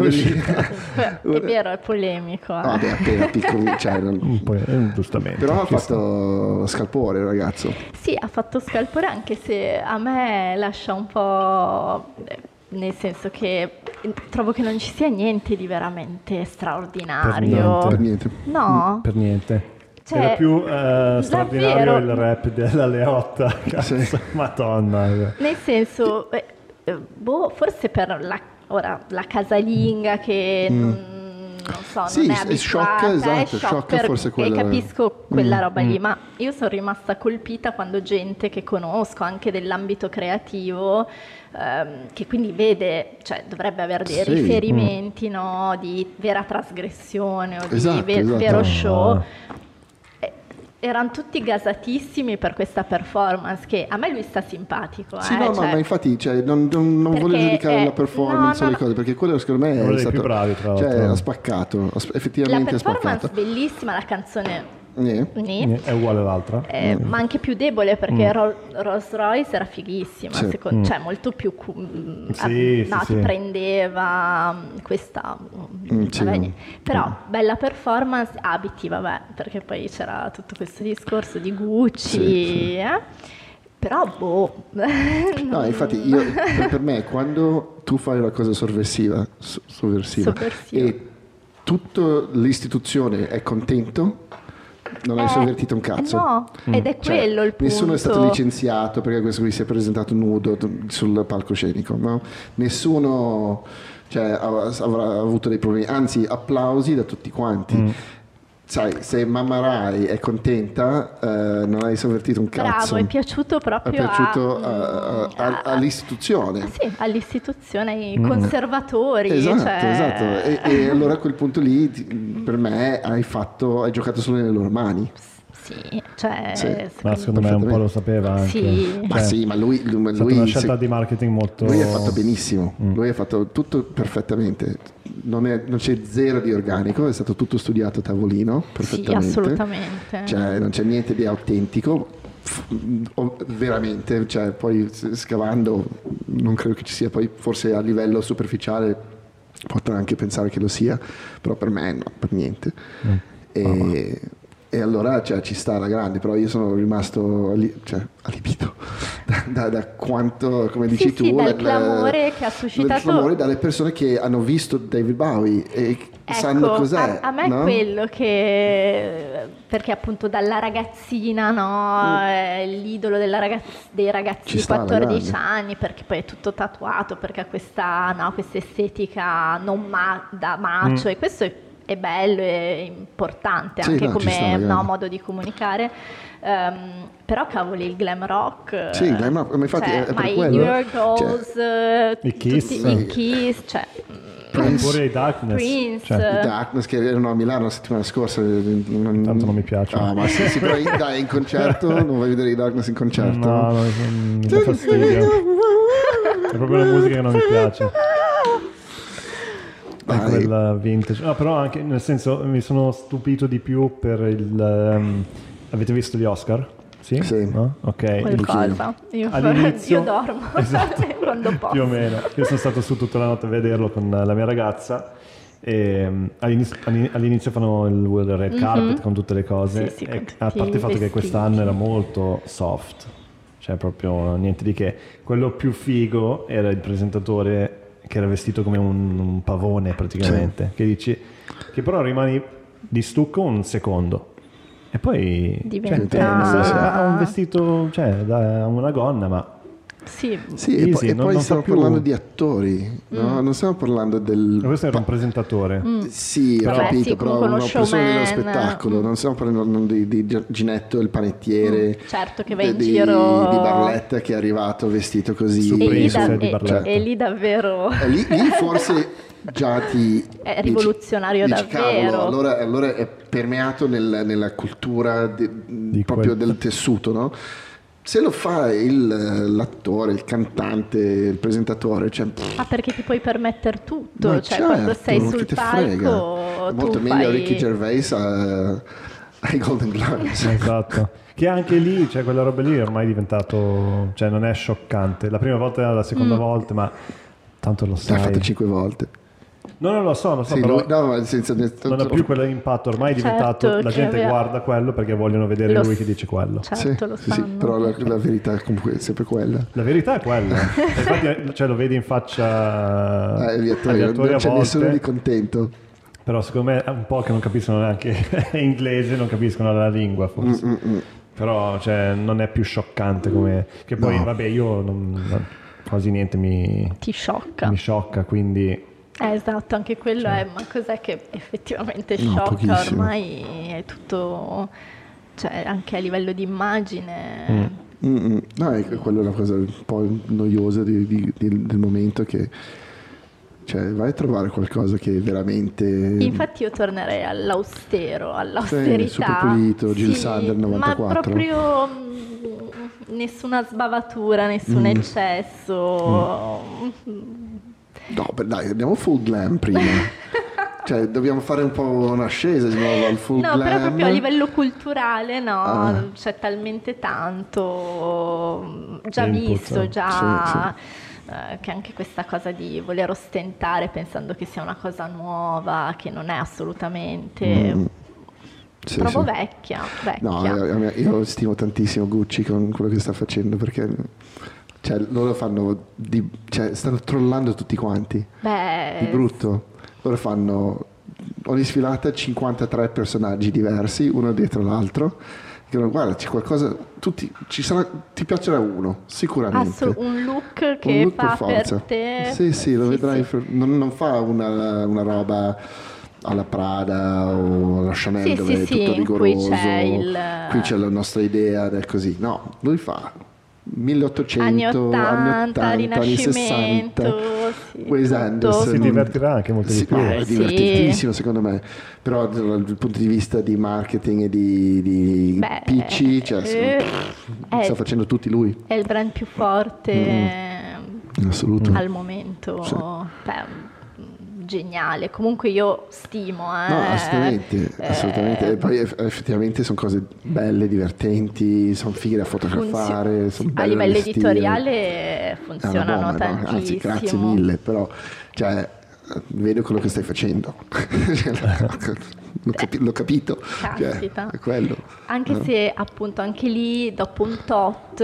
vero, è polemico. Vabbè, appena piccoli, giustamente. Però ha fatto scalpore il ragazzo. Sì, ha fatto scalpore, anche se a me lascia un po', nel senso che trovo che non ci sia niente di veramente straordinario. Per niente. No? Per niente. Cioè, era più straordinario davvero? il rap della Leotta. Sì. Madonna. Nel senso, forse per la casalinga che non so, Sì, non è è abituata, sciocca, esatto, è sciocca forse quella. E capisco quella roba lì, ma io sono rimasta colpita quando gente che conosco, anche dell'ambito creativo, che quindi vede, cioè dovrebbe avere dei riferimenti, no, di vera trasgressione o Esatto, di esatto. vero show. Erano tutti gasatissimi per questa performance, che a me lui sta simpatico. Sì, no, ma infatti non voglio giudicare la performance o le cose, perché quello secondo me uno è dei stato più bravi, tra l'altro. Cioè, ha spaccato, effettivamente la ha performance spaccato. bellissima, la canzone È uguale all'altra. ma anche più debole, perché Rolls Royce era fighissima, Sì. cioè molto più Sì, no, sì, ti sì. prendeva questa sì. vabbè, però bella performance, abiti, vabbè, perché poi c'era tutto questo discorso di Gucci, però No, infatti io, per me quando tu fai una cosa sovversiva e tutta l'istituzione è contento, non hai sovvertito un cazzo. No, ed è Cioè, quello il punto. nessuno è stato licenziato perché questo qui si è presentato nudo sul palcoscenico, no? Nessuno avrà avuto dei problemi, anzi applausi da tutti quanti. Sai, se Mamma Rai è contenta, non hai sovvertito un cazzo. Bravo, è piaciuto proprio all'istituzione. Sì, all'istituzione, ai conservatori. Esatto. E allora a quel punto lì, per me, hai giocato solo nelle loro mani. Sì, cioè... Sì. Ma secondo me un po' lo sapeva anche. Sì. Ma sì, ma lui È stata una scelta di marketing molto... Lui ha fatto benissimo, lui ha fatto tutto perfettamente, non c'è zero di organico, è stato tutto studiato a tavolino perfettamente. Sì, assolutamente. Cioè, non c'è niente di autentico, veramente, cioè, poi scavando non credo che ci sia, poi forse a livello superficiale potrà anche pensare che lo sia, però per me no, per niente. E allora ci sta alla grande, però io sono rimasto allibito da quanto, come dici tu, dal clamore che ha suscitato, dal clamore dalle persone che hanno visto David Bowie e sanno cos'è. A me no? è quello che, perché appunto dalla ragazzina, no, è l'idolo dei ragazzi di 14 anni, perché poi è tutto tatuato, perché ha questa estetica non da macho, e questo è bello, è importante anche come modo di comunicare, però cavoli, il glam rock, sì, glam rock, ma infatti è per My quello, Year Goals, i Kiss, cioè pure i Darkness, Prince, i Darkness che erano a Milano la settimana scorsa, tanto non mi piacciono. Ma sì, però dai, in concerto non vuoi vedere i Darkness in concerto? No, mi dà fastidio, è proprio la musica che non mi piace. Quella vintage. No, però anche nel senso mi sono stupito di più per il avete visto gli Oscar? Sì? No? Ok. Qualcosa. Io dormo quando posso. Più o meno. Io sono stato su tutta la notte a vederlo con la mia ragazza e all'inizio fanno il red carpet con tutte le cose, sì, e a parte il fatto che quest'anno era molto soft, cioè proprio niente di che. Quello più figo era il presentatore che era vestito come un pavone praticamente, che dici, che però rimani di stucco un secondo e poi ha un vestito, da una gonna, ma sì, easy, e poi stiamo parlando di attori, no? Non stiamo parlando questo era un presentatore. Sì, ho capito, però una persona dello spettacolo, non stiamo parlando di Ginetto il panettiere, certo, che va in giro di Barletta che è arrivato vestito così, e lì davvero lì forse già è rivoluzionario davvero. Allora è permeato nella cultura proprio del tessuto, no? se lo fa l'attore, il cantante, il presentatore, cioè, perché ti puoi permettere tutto, ma cioè quando certo, sei che sul te palco frega. tu Molto meglio fai... Ricky Gervais ai Golden Globes. Esatto. Che anche lì, cioè quella roba lì è ormai diventato, cioè non è scioccante. La prima volta e la seconda volta, ma tanto lo sai. L'ha fatto 5 volte. No, non lo so, Sì, però no, ma senza... non ha più quell'impatto, ormai è diventato, Certo, la che gente aveva- guarda quello perché vogliono vedere lui che dice quello. Certo, lo sì, sanno. però la verità comunque è sempre quella. La verità è quella. Infatti, cioè, lo vedi in faccia Gli attori, agli attori non a c'è nessuno di volte, contento. però secondo me è un po' che non capiscono neanche inglese, non capiscono la lingua forse. Però cioè, non è più scioccante come... Che poi, No. vabbè, io quasi niente Ti sciocca. mi sciocca, quindi... Esatto, anche quello è, ma cos'è che effettivamente No, sciocca? pochissimo. Ormai è tutto, cioè anche a livello di immagine. No, è quella una cosa un po' noiosa del momento, che cioè vai a trovare qualcosa che veramente... Infatti io tornerei all'austero, all'austerità. super pulito, Jill Sander 94. Ma proprio nessuna sbavatura, nessun eccesso. No, dai, andiamo full glam prima. Cioè, dobbiamo fare un po' un'ascesa di nuovo al full No, glam. però proprio a livello culturale Ah. c'è talmente tanto già Input, visto, già Sì, che anche questa cosa di voler ostentare pensando che sia una cosa nuova, che non è assolutamente... Sì, Trovo sì. vecchia. No, io stimo tantissimo Gucci con quello che sta facendo, perché cioè, loro cioè, stanno trollando tutti quanti. Beh, Di brutto. Loro fanno ogni sfilata 53 personaggi diversi, uno dietro l'altro. Dicono, guarda, c'è qualcosa, ti piacerà uno, sicuramente. un look che Un look fa per forza. per te. Sì, lo vedrai. sì. Non fa una roba alla Prada o alla Chanel, Sì, dove sì, è tutto sì, in cui rigoroso. qui c'è La nostra idea ed è così. No, lui fa 1800, anni 80, anni Rinascimento, 60, sì, Wes tutto. Anderson. Si divertirà anche molto di più. È Sì. divertentissimo secondo me, però dal punto di vista di marketing e di Beh, PC, cioè, sta facendo tutti lui, È il brand più forte in assoluto. al momento. Sì. Beh, geniale. Comunque io stimo. No, assolutamente. E poi effettivamente sono cose belle, divertenti, sono fighe da fotografare, sono a belle da livello vestire. editoriale È una funzionano bomba, no? tantissimo. Anzi, grazie mille, però cioè, vedo quello che stai facendo. L'ho capito. Caspita. Cioè, è quello. Anche se appunto anche lì dopo un tot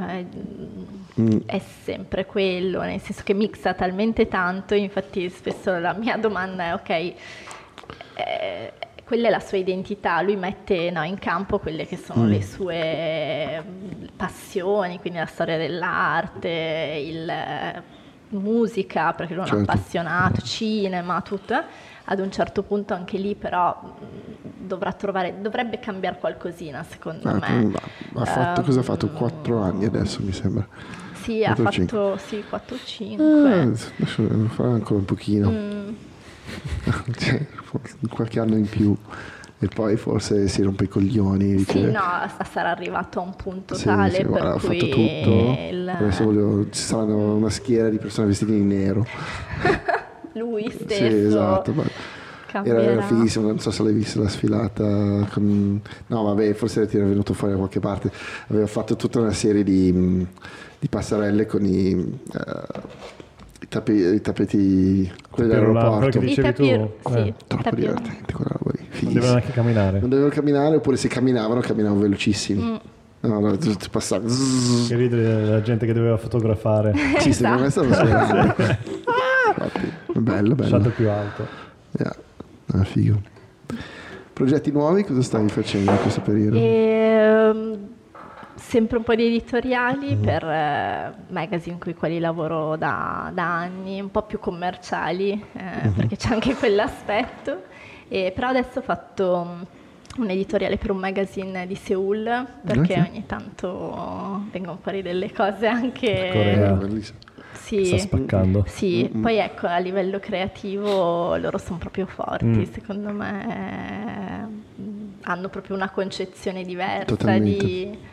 è sempre quello, nel senso che mixa talmente tanto, infatti spesso la mia domanda è ok, quella è la sua identità, lui mette in campo quelle che sono le sue passioni, quindi la storia dell'arte, musica, perché lui è un Certo. appassionato, cinema, tutto. Ad un certo punto anche lì però dovrebbe cambiare qualcosina secondo me. Cosa ha fatto? 4 anni adesso mi sembra. Sì, ha 4 fatto 4-5. Adesso devo fare ancora un pochino. Cioè, qualche anno in più e poi forse si rompe i coglioni. Sì, Dice, no, sarà arrivato a un punto sì, tale sì, per guarda, ho cui fatto tutto. Adesso ci saranno una schiera di persone vestite di nero. lui stesso Sì, esatto. Era cambierà. fighissimo, non so se l'hai vista la sfilata no vabbè, forse ti era venuto fuori da qualche parte. Aveva fatto tutta una serie di passerelle con i tappeti, quelli dell'aeroporto. quello che dicevi tu. Sì, Troppo tapir- divertente quella roba lì, Non fighissimo. devono neanche camminare. Non dovevano camminare, oppure se camminavano velocissimi. No, tutti passavano. Che ridere la gente che doveva fotografare. Sì, secondo me stava suonando. Bello. Salto più alto. Figo. Progetti nuovi, cosa stavi facendo in questo periodo? Sempre un po' di editoriali per magazine con i quali lavoro da anni, un po' più commerciali, perché c'è anche quell'aspetto. Però adesso ho fatto un editoriale per un magazine di Seoul, perché Ok. ogni tanto vengono fuori delle cose anche... Corea. Bellissimo. Sì, Sta spaccando. sì. Poi ecco, a livello creativo loro sono proprio forti, secondo me hanno proprio una concezione diversa Totalmente.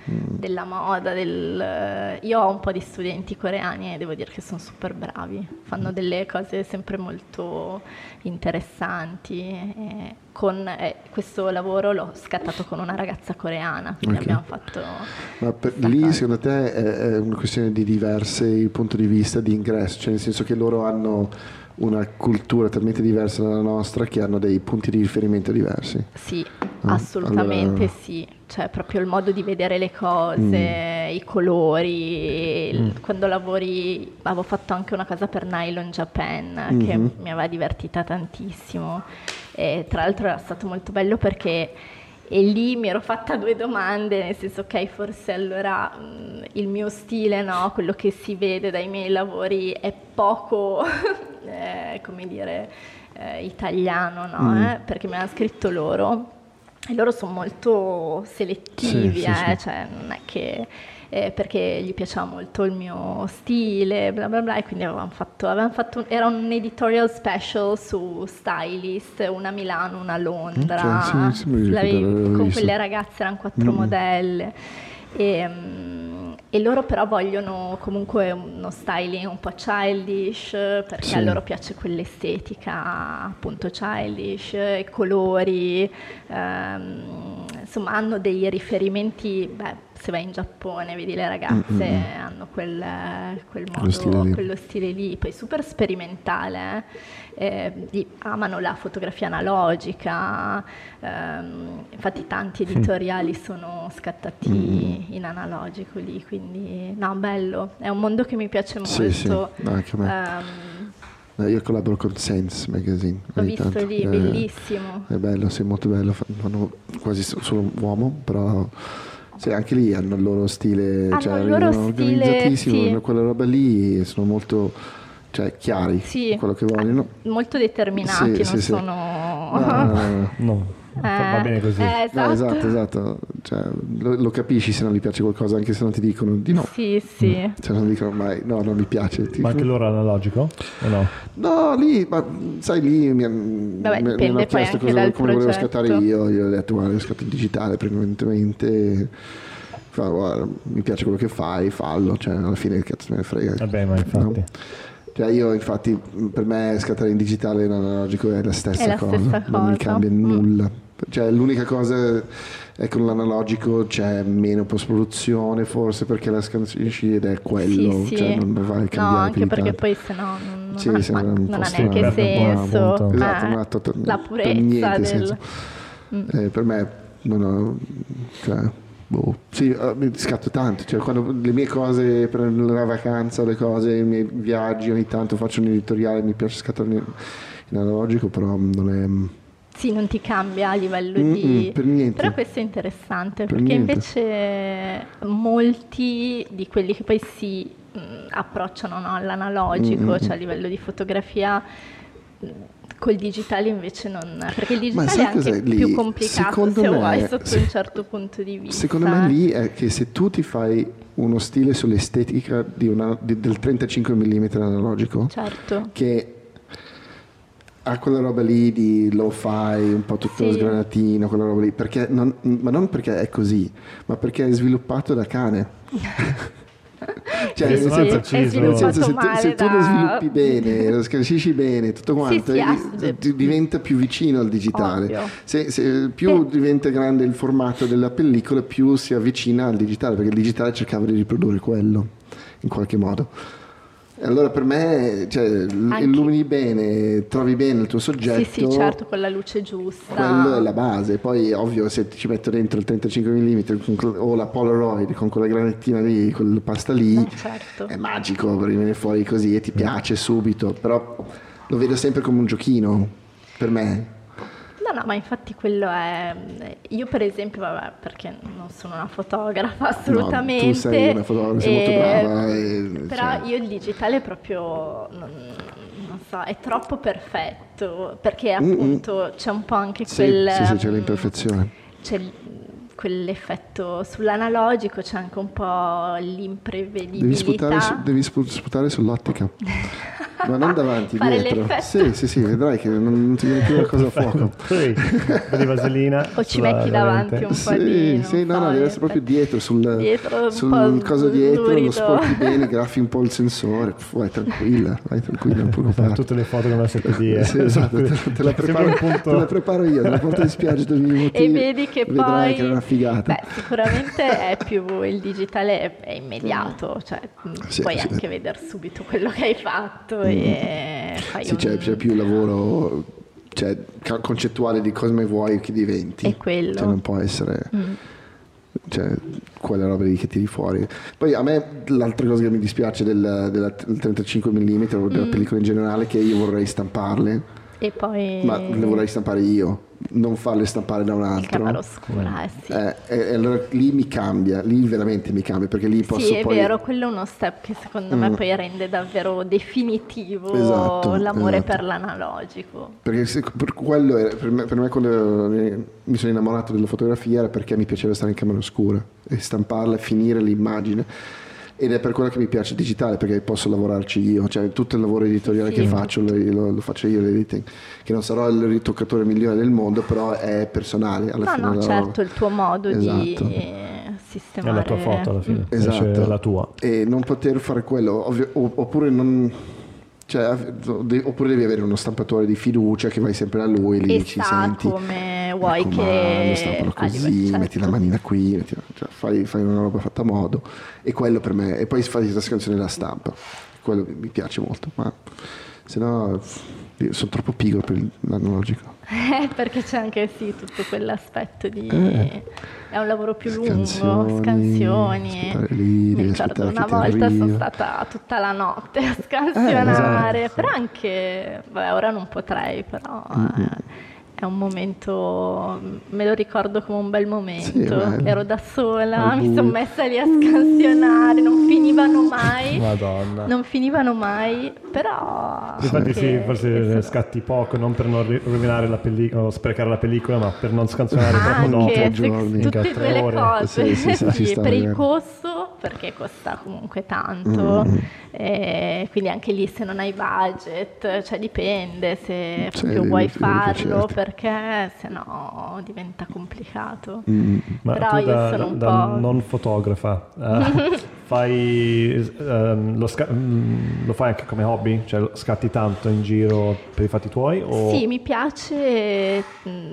della moda, io ho un po' di studenti coreani e devo dire che sono super bravi, fanno delle cose sempre molto interessanti. E questo lavoro l'ho scattato con una ragazza coreana, quindi abbiamo fatto... Ma lì secondo te è una questione di diversi punti di vista di ingresso, cioè nel senso che loro hanno una cultura talmente diversa dalla nostra che hanno dei punti di riferimento diversi? Sì, assolutamente allora... sì, cioè proprio il modo di vedere le cose, i colori. Quando lavori, avevo fatto anche una cosa per Nylon Japan che mi aveva divertita tantissimo, e tra l'altro era stato molto bello perché lì mi ero fatta 2 domande, nel senso, ok, forse allora il mio stile, no, quello che si vede dai miei lavori è poco, come dire, italiano, no? Perché mi hanno scritto loro, e loro sono molto selettivi, Sì. cioè non è che... perché gli piaceva molto il mio stile, bla bla bla, e quindi era un editorial special su stylist, una a Milano, una a Londra, con quelle ragazze erano 4 modelle, e loro però vogliono comunque uno styling un po' childish, perché a loro piace quell'estetica appunto childish, i colori, insomma hanno dei riferimenti, se vai in Giappone vedi le ragazze hanno quel modo, quello stile lì, poi super sperimentale, amano la fotografia analogica, infatti tanti editoriali sono scattati in analogico lì, quindi no, bello, è un mondo che mi piace molto. Sì. Anche a me. Io collaboro con Sense Magazine. L'ho visto tanto. Lì, bellissimo. È bello, sì, molto bello, fanno quasi solo uomo, però... Sì, anche lì hanno il loro stile, cioè arrivano organizzatissimo, sì. Quella roba lì sono molto, cioè, chiari, quello che vogliono. Molto determinati, non sono... No. Va bene così. Esatto. No, esatto. Cioè, lo capisci se non gli piace qualcosa, anche se non ti dicono di no. Sì. Cioè non dicono mai no, non mi piace. Ma anche loro analogico o no? No, lì, ma sai, lì mi hanno chiesto come volevo scattare io ho detto guarda, io scatto in digitale prevalentemente. Guarda, mi piace quello che fai, fallo, cioè alla fine che cazzo me ne frega. Vabbè, ma infatti. No? Cioè io infatti per me scattare in digitale e in analogico è la stessa cosa, non mi cambia nulla. Cioè l'unica cosa è con l'analogico c'è meno post-produzione forse perché la scansisci ed è quello, cioè non vai a cambiare. No, anche perché poi sennò non ha neanche senso. Esatto, la purezza del... per me non ho, cioè, sì, scatto tanto, cioè quando le mie cose per la vacanza, le cose, i miei viaggi, ogni tanto faccio un editoriale, mi piace scattare in analogico, però non è... Sì, non ti cambia a livello di... Per niente. Però questo è interessante, perché invece molti di quelli che poi si approcciano, no, all'analogico, cioè a livello di fotografia... Col digitale invece non... Perché il digitale è anche più complicato se vuoi sotto un certo punto di vista. Secondo me lì è che se tu ti fai uno stile sull'estetica del 35 mm analogico, certo, che ha quella roba lì di lo-fi, un po' tutto sgranatino, quella roba lì, perché ma non perché è così, ma perché è sviluppato da cane. Cioè, nel senso, se tu lo sviluppi bene, lo screscisci bene, tutto quanto, diventa più vicino al digitale. Se più diventa grande il formato della pellicola, più si avvicina al digitale, perché il digitale cercava di riprodurre quello in qualche modo. Allora per me, cioè, illumini bene, trovi bene il tuo soggetto. Sì, certo, con la luce giusta. Quello è la base. Poi ovvio se ci metto dentro il 35 mm o la Polaroid con quella granettina lì, quella pasta lì, certo, è magico, viene fuori così e ti piace subito. Però lo vedo sempre come un giochino, per me. No, ma infatti quello è... Io per esempio, perché non sono una fotografa assolutamente. No, tu sei una fotografa, sei molto brava. Però io il digitale proprio, non so, è troppo perfetto, perché appunto c'è un po' anche quel... Sì, c'è l'imperfezione. C'è quell'effetto sull'analogico, c'è anche un po' l'imprevedibilità. Devi sputare sull'ottica. Ma non davanti, Fare dietro. l'effetto. Sì, vedrai che non ti viene più la cosa a fuoco. Poi un po' di vaselina. O ci metti davanti un po' di... Sì, no, deve essere proprio dietro, Dietro, un sul po' coso dietro, lo lurido. sporchi bene, graffi un po' il sensore, vai tranquilla, non preoccupare. Tutte le foto con la 7D. Sì, esatto, te la preparo io, te la porto in spiaggia dove mi E vedi che vedrai poi che è una figata. beh, sicuramente è più il digitale è immediato, cioè Sì, puoi sì. anche vedere subito quello che hai fatto e fai Sì, c'è più lavoro, cioè, concettuale di come vuoi che diventi. È quello. Cioè, non può essere cioè, quella roba lì che tiri fuori. Poi a me l'altra cosa che mi dispiace del 35 mm o della pellicola in generale è che io vorrei stamparle, e poi ma le vorrei stampare io, non farle stampare da un il altro. camera oscura, sì. E allora lì mi cambia, lì veramente mi cambia, perché lì posso Sì, è poi... vero, quello è uno step che secondo me poi rende davvero definitivo Esatto, l'amore esatto. per l'analogico. Perché per quello per me quando mi sono innamorato della fotografia era perché mi piaceva stare in camera oscura e stamparla e finire l'immagine, ed è per quello che mi piace il digitale, perché posso lavorarci io, cioè tutto il lavoro editoriale Sì. che faccio lo faccio io, l'editing, che non sarò il ritoccatore migliore del mondo, però è personale alla fine. No, certo, il tuo modo Esatto. di sistemare. È la tua foto alla fine. Esatto. Esce la tua. E non poter fare quello, oppure non... Cioè, oppure devi avere uno stampatore di fiducia che vai sempre da lui, lì E dici, sa senti, come vuoi lo che stampano così, certo. metti la manina qui, cioè, fai una roba fatta a modo, e quello per me, e poi fai la scansione della stampa, quello mi piace molto, ma se no io sono troppo pigro per l'analogico. Perché c'è anche sì tutto quell'aspetto di è un lavoro più lungo, Scansioni, scansioni. aspettare lì, Mi devi ricordo aspettare una che ti volta sono arriva. stata tutta la notte a scansionare, esatto. però anche vabbè, ora non potrei, però è un momento, me lo ricordo come un bel momento. Sì, bello. Ero da sola, Al mi buio. sono messa lì a scansionare, non finivano mai. Madonna. Non finivano mai, però Infatti sì, che- forse che sono- scatti poco, non per non rovinare la pellicola o sprecare la pellicola, ma per non scansionare troppo dopo. anche giorni. tutte 3 quelle ore. cose Sì, ci sì, sta, per il magari. costo, perché costa comunque tanto, quindi anche lì se non hai budget, cioè dipende se Sì, proprio devi- vuoi devi farlo, piacerti. perché se no diventa complicato. Ma Però tu io da, sono un da po'... non fotografa fai lo fai anche come hobby? Cioè scatti tanto in giro per i fatti tuoi? O... Sì, mi piace,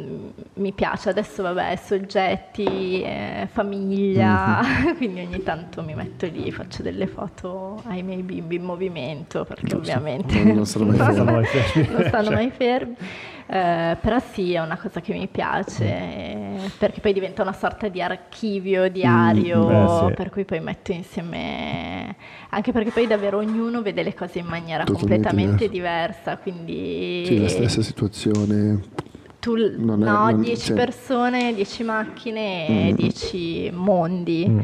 adesso vabbè, soggetti, famiglia, quindi ogni tanto mi metto lì, faccio delle foto ai miei bimbi in movimento, perché ovviamente non stanno mai Non fermi. stanno mai fermi. non stanno Cioè, mai fermi. Però sì, è una cosa che mi piace, perché poi diventa una sorta di archivio diario, beh, sì. per cui poi metto insieme, anche perché poi davvero ognuno vede le cose in maniera Totalmente completamente diversa, quindi Sì, la stessa situazione. tu, non è- no, non- 10 cioè- persone, 10 macchine, 10 mondi.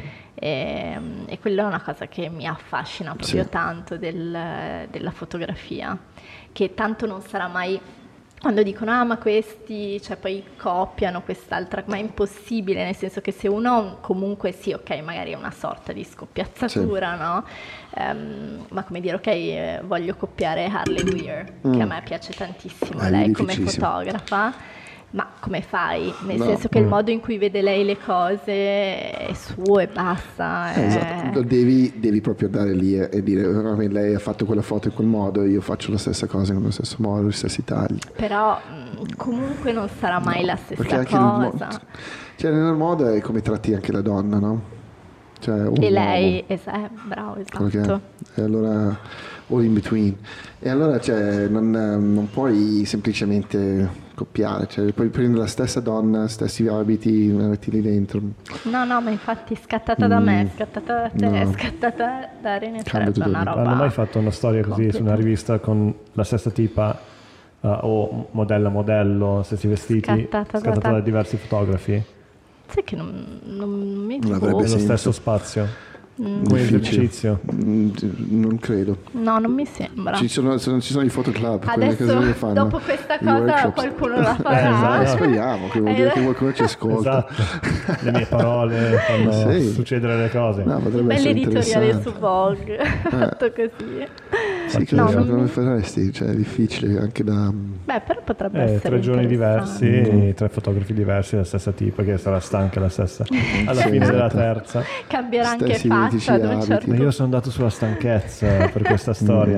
E quella è una cosa che mi affascina proprio Sì. tanto della fotografia, che tanto non sarà mai, quando dicono ma questi, cioè poi copiano quest'altra, ma è impossibile, nel senso che se uno comunque sì, ok, magari è una sorta di scoppiazzatura, no? Ma come dire, ok, voglio copiare Harley Weir, che a me piace tantissimo, È lei come difficilissimo. fotografa. Ma come fai? Nel No. senso che il modo in cui vede lei le cose è suo e basta. Esatto, devi proprio andare lì e dire "Vabbè, lei ha fatto quella foto in quel modo, io faccio la stessa cosa in lo stesso modo, gli stessi tagli". Però comunque non sarà mai la Perché stessa anche nel cosa. cioè nel modo è come tratti anche la donna, no? Cioè, o E l'uomo, lei, bravo, quello che è. esatto. E allora, all in between. E allora cioè, non puoi semplicemente copiare, cioè, puoi prendere la stessa donna, stessi abiti, metti lì dentro. No, ma infatti scattata da me, scattata da te, no. scattata da Rene, Cambia sarebbe una tutto. roba. Hanno mai fatto una storia così completa. su una rivista con la stessa tipa o modello, stessi vestiti, Scattata da da diversi fotografi Sai che non mi Non avrebbe nello senso. stesso spazio? Come Difficile. esercizio? Non credo. No, non mi sembra. Ci sono i fotoclub, quelle cose che Adesso, fanno. dopo questa i cosa, workshops. qualcuno la farà. esatto. Speriamo, che vuol dire che qualcuno ci ascolta. Esatto, le mie parole fanno Sì. succedere le cose. No, potrebbe Bell'editoriale essere su interessante. Vogue, fatto così. Sì, che No, come faresti? Cioè, è difficile anche da... Beh, però potrebbe essere 3 giorni interessante. diversi, 3 fotografi diversi, la stessa tipa che sarà stanca la stessa alla Sì, fine della esatto. terza. Cambierà anche Stessi identici faccia ad un abiti. certo Ma io sono andato sulla stanchezza per questa storia.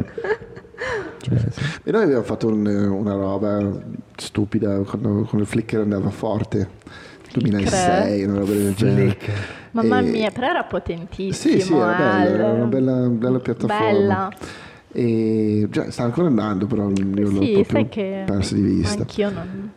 Sì. E noi abbiamo fatto una roba stupida quando il Flickr andava forte, 2006, una roba del genere. Mamma E- mia, però era potentissimo. Sì, sì, era bello, era una bella piattaforma. Bella. E già, sta ancora andando, però io l'ho Sì, proprio sai che perso di vista. anch'io non...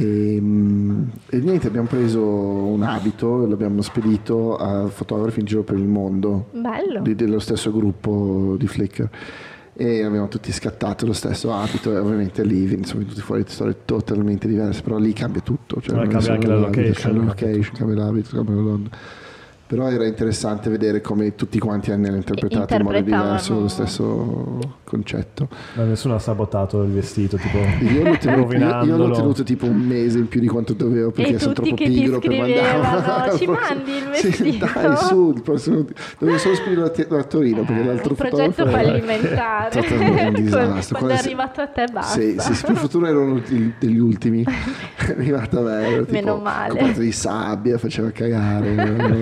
E niente, abbiamo preso un abito e l'abbiamo spedito a fotografi in giro per il mondo Bello. dello stesso gruppo di Flickr, e abbiamo tutti scattato lo stesso abito, e ovviamente lì sono venute fuori storie totalmente diverse, però lì cambia tutto, cioè Ma non è cambia anche solo la l'abito, location. cambia la location, cambia l'abito, cambia la donna. Però era interessante vedere come tutti quanti hanno interpretato in modo diverso lo stesso concetto. Ma nessuno ha sabotato il vestito, tipo Io l'ho tenuto, rovinandolo. tipo un mese in più di quanto dovevo, perché E sono tutti troppo che ti pigro per scrivevano, mandare. "Ci mandi il Sì, vestito?" dai, su, dovevo solo scrivere a Torino, perché l'altro Un progetto fotografo era fallimentare. totalmente un disastro. Quando è arrivato a te basta. Sì, per fortuna erano degli ultimi. È arrivata a me, ero tipo Meno male. coperto di sabbia, faceva cagare.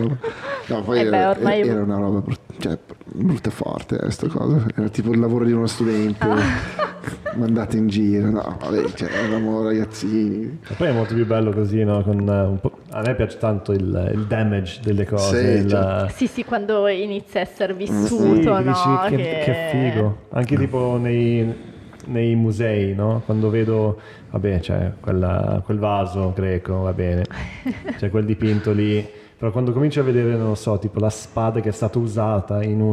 No, poi beh, ormai- era una roba brutta e forte, sta cosa. Era tipo il lavoro di uno studente mandato in giro. No, vabbè, cioè, eravamo ragazzini. E poi è molto più bello così, no? Con, a me piace tanto il damage delle cose. Sì, certo. Sì, quando inizia a essere Sì, vissuto, che no? dici, che figo. Anche tipo nei musei, no? Quando vedo, vabbè, c'è quel vaso greco, va bene, c'è quel dipinto lì, però quando cominci a vedere, non lo so, tipo la spada che è stata usata in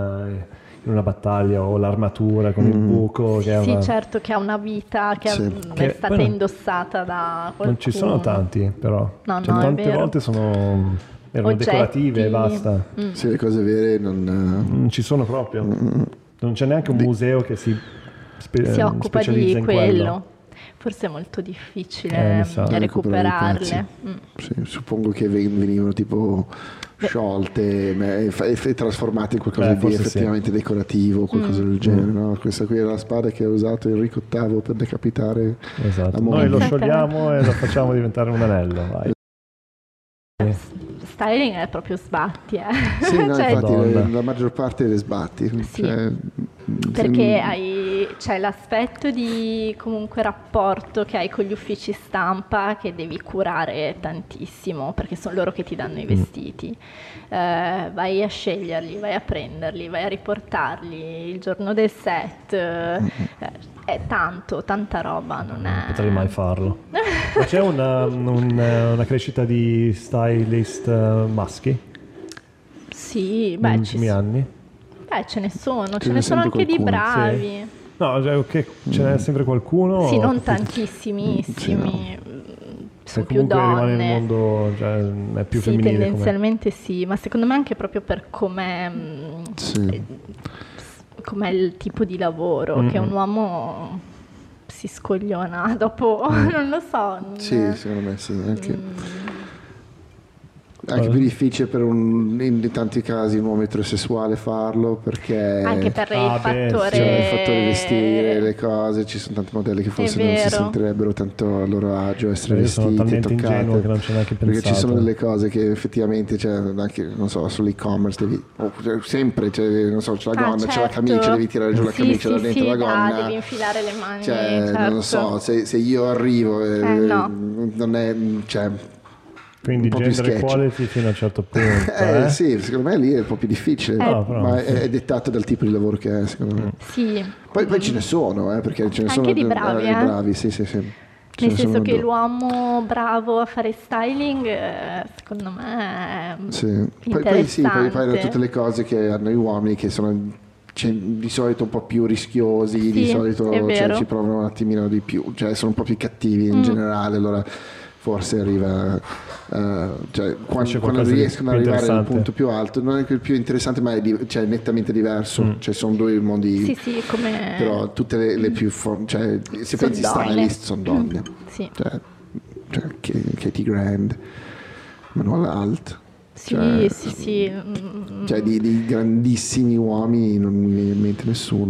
una battaglia, o l'armatura con il buco che Sì, aveva- certo, che ha una vita che Sì. è Che stata poi indossata da qualcuno. non ci sono tanti, però. No, Cioè, no, è tante vero. volte erano Oggetti. decorative e basta. Sì, le cose vere Non ci sono proprio. Non c'è neanche un museo che si Si occupa specializza di in quello. Forse è molto difficile mi sa. recuperarle. Sì, suppongo che venivano tipo sciolte e trasformate in qualcosa di forse sì. effettivamente decorativo, qualcosa del genere, no? Questa qui è la spada che ha usato Enrico VIII per decapitare Esatto. la Noi lo moglie. sciogliamo e lo facciamo diventare un anello. Vai. Styling è proprio sbatti, Sì, no, Cioè, infatti Madonna. la maggior parte le sbatti. Sì. Cioè, perché c'è l'aspetto di comunque rapporto che hai con gli uffici stampa che devi curare tantissimo, perché sono loro che ti danno i vestiti. Vai a sceglierli, vai a prenderli, vai a riportarli il giorno del set. È tanta roba, non Non è... potrei mai farlo. Ma c'è una crescita di stylist maschi Sì, negli beh, ultimi anni? ce ne sono, ce n'è ne sono sempre anche di qualcuno, bravi. No, cioè, ok, ce n'è sempre qualcuno. Sì, o- non tantissimissimi, Se sono più comunque rimane donne. nel mondo, cioè, è più Sì, femminile. tendenzialmente sì, ma secondo me anche proprio per com'è, Sì. com'è il tipo di lavoro, che un uomo si scogliona dopo, non lo so. Sì, secondo me sì, anche più difficile in tanti casi un uomo eterosessuale farlo, perché Anche per il Ah, beh, fattore... c'è il fattore vestire, le cose, ci sono tanti modelli che forse non si vero. sentirebbero tanto a loro agio essere Io sono vestiti, talmente toccate, ingenuo che non ci ho neanche perché ci pensato. sono delle cose che effettivamente, cioè, anche, non so, sull'e-commerce sempre, cioè, non so, c'è la gonna, c'è la certo. camicia, devi tirare giù la Sì, camicia da sì, dentro sì, la gonna, devi infilare le mani, cioè, non certo. lo so, se io arrivo no. non è, cioè, Quindi un po' più gender sketchy. equality fino a un certo punto. Sì, secondo me lì è un po' più difficile, No, però, ma sì. è dettato dal tipo di lavoro che è, secondo me. Sì, Poi ce ne sono, perché ce ne Anche sono di bravi, di bravi, sì. Ce nel ne senso sono che l'uomo bravo a fare styling, secondo me è sì. Poi sì, poi interessante. tutte le cose che hanno gli uomini che sono di solito un po' più rischiosi, Sì, di solito è vero. ci provano un attimino di più, cioè sono un po' più cattivi in generale, allora forse arriva, cioè quando qualcosa di riescono ad più arrivare al interessante. punto più alto, non è che il più interessante, ma è nettamente diverso, cioè sono due mondi, Sì, come... però tutte le più, cioè se Son pensi donne. stylist sono donne, Sì, cioè Katie Grand, Manuela Alt. sì, Cioè, sì. Cioè di grandissimi uomini non mi viene in mente nessuno.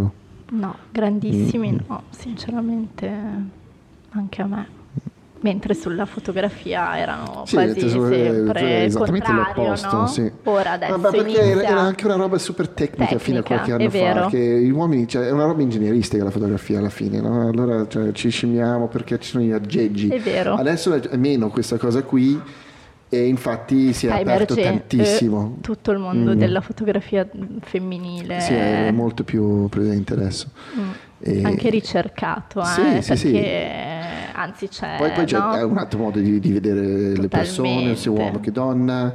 No, grandissimi no, sinceramente anche a me. Mentre sulla fotografia erano quasi sempre il esattamente contrario, l'opposto, no? sì. Ora adesso perché inizia... era anche una roba super tecnica fino a qualche anno fa, che gli uomini, cioè, è una roba ingegneristica la fotografia alla fine, no? Allora cioè, ci scimmiamo perché ci sono gli aggeggi. È vero. Adesso è meno questa cosa qui e infatti si è aperto tantissimo. Tutto il mondo della fotografia femminile. Sì, è molto più presente adesso. Anche ricercato, perché anzi c'è... Poi c'è un altro modo di vedere le persone, sia uomo che donna,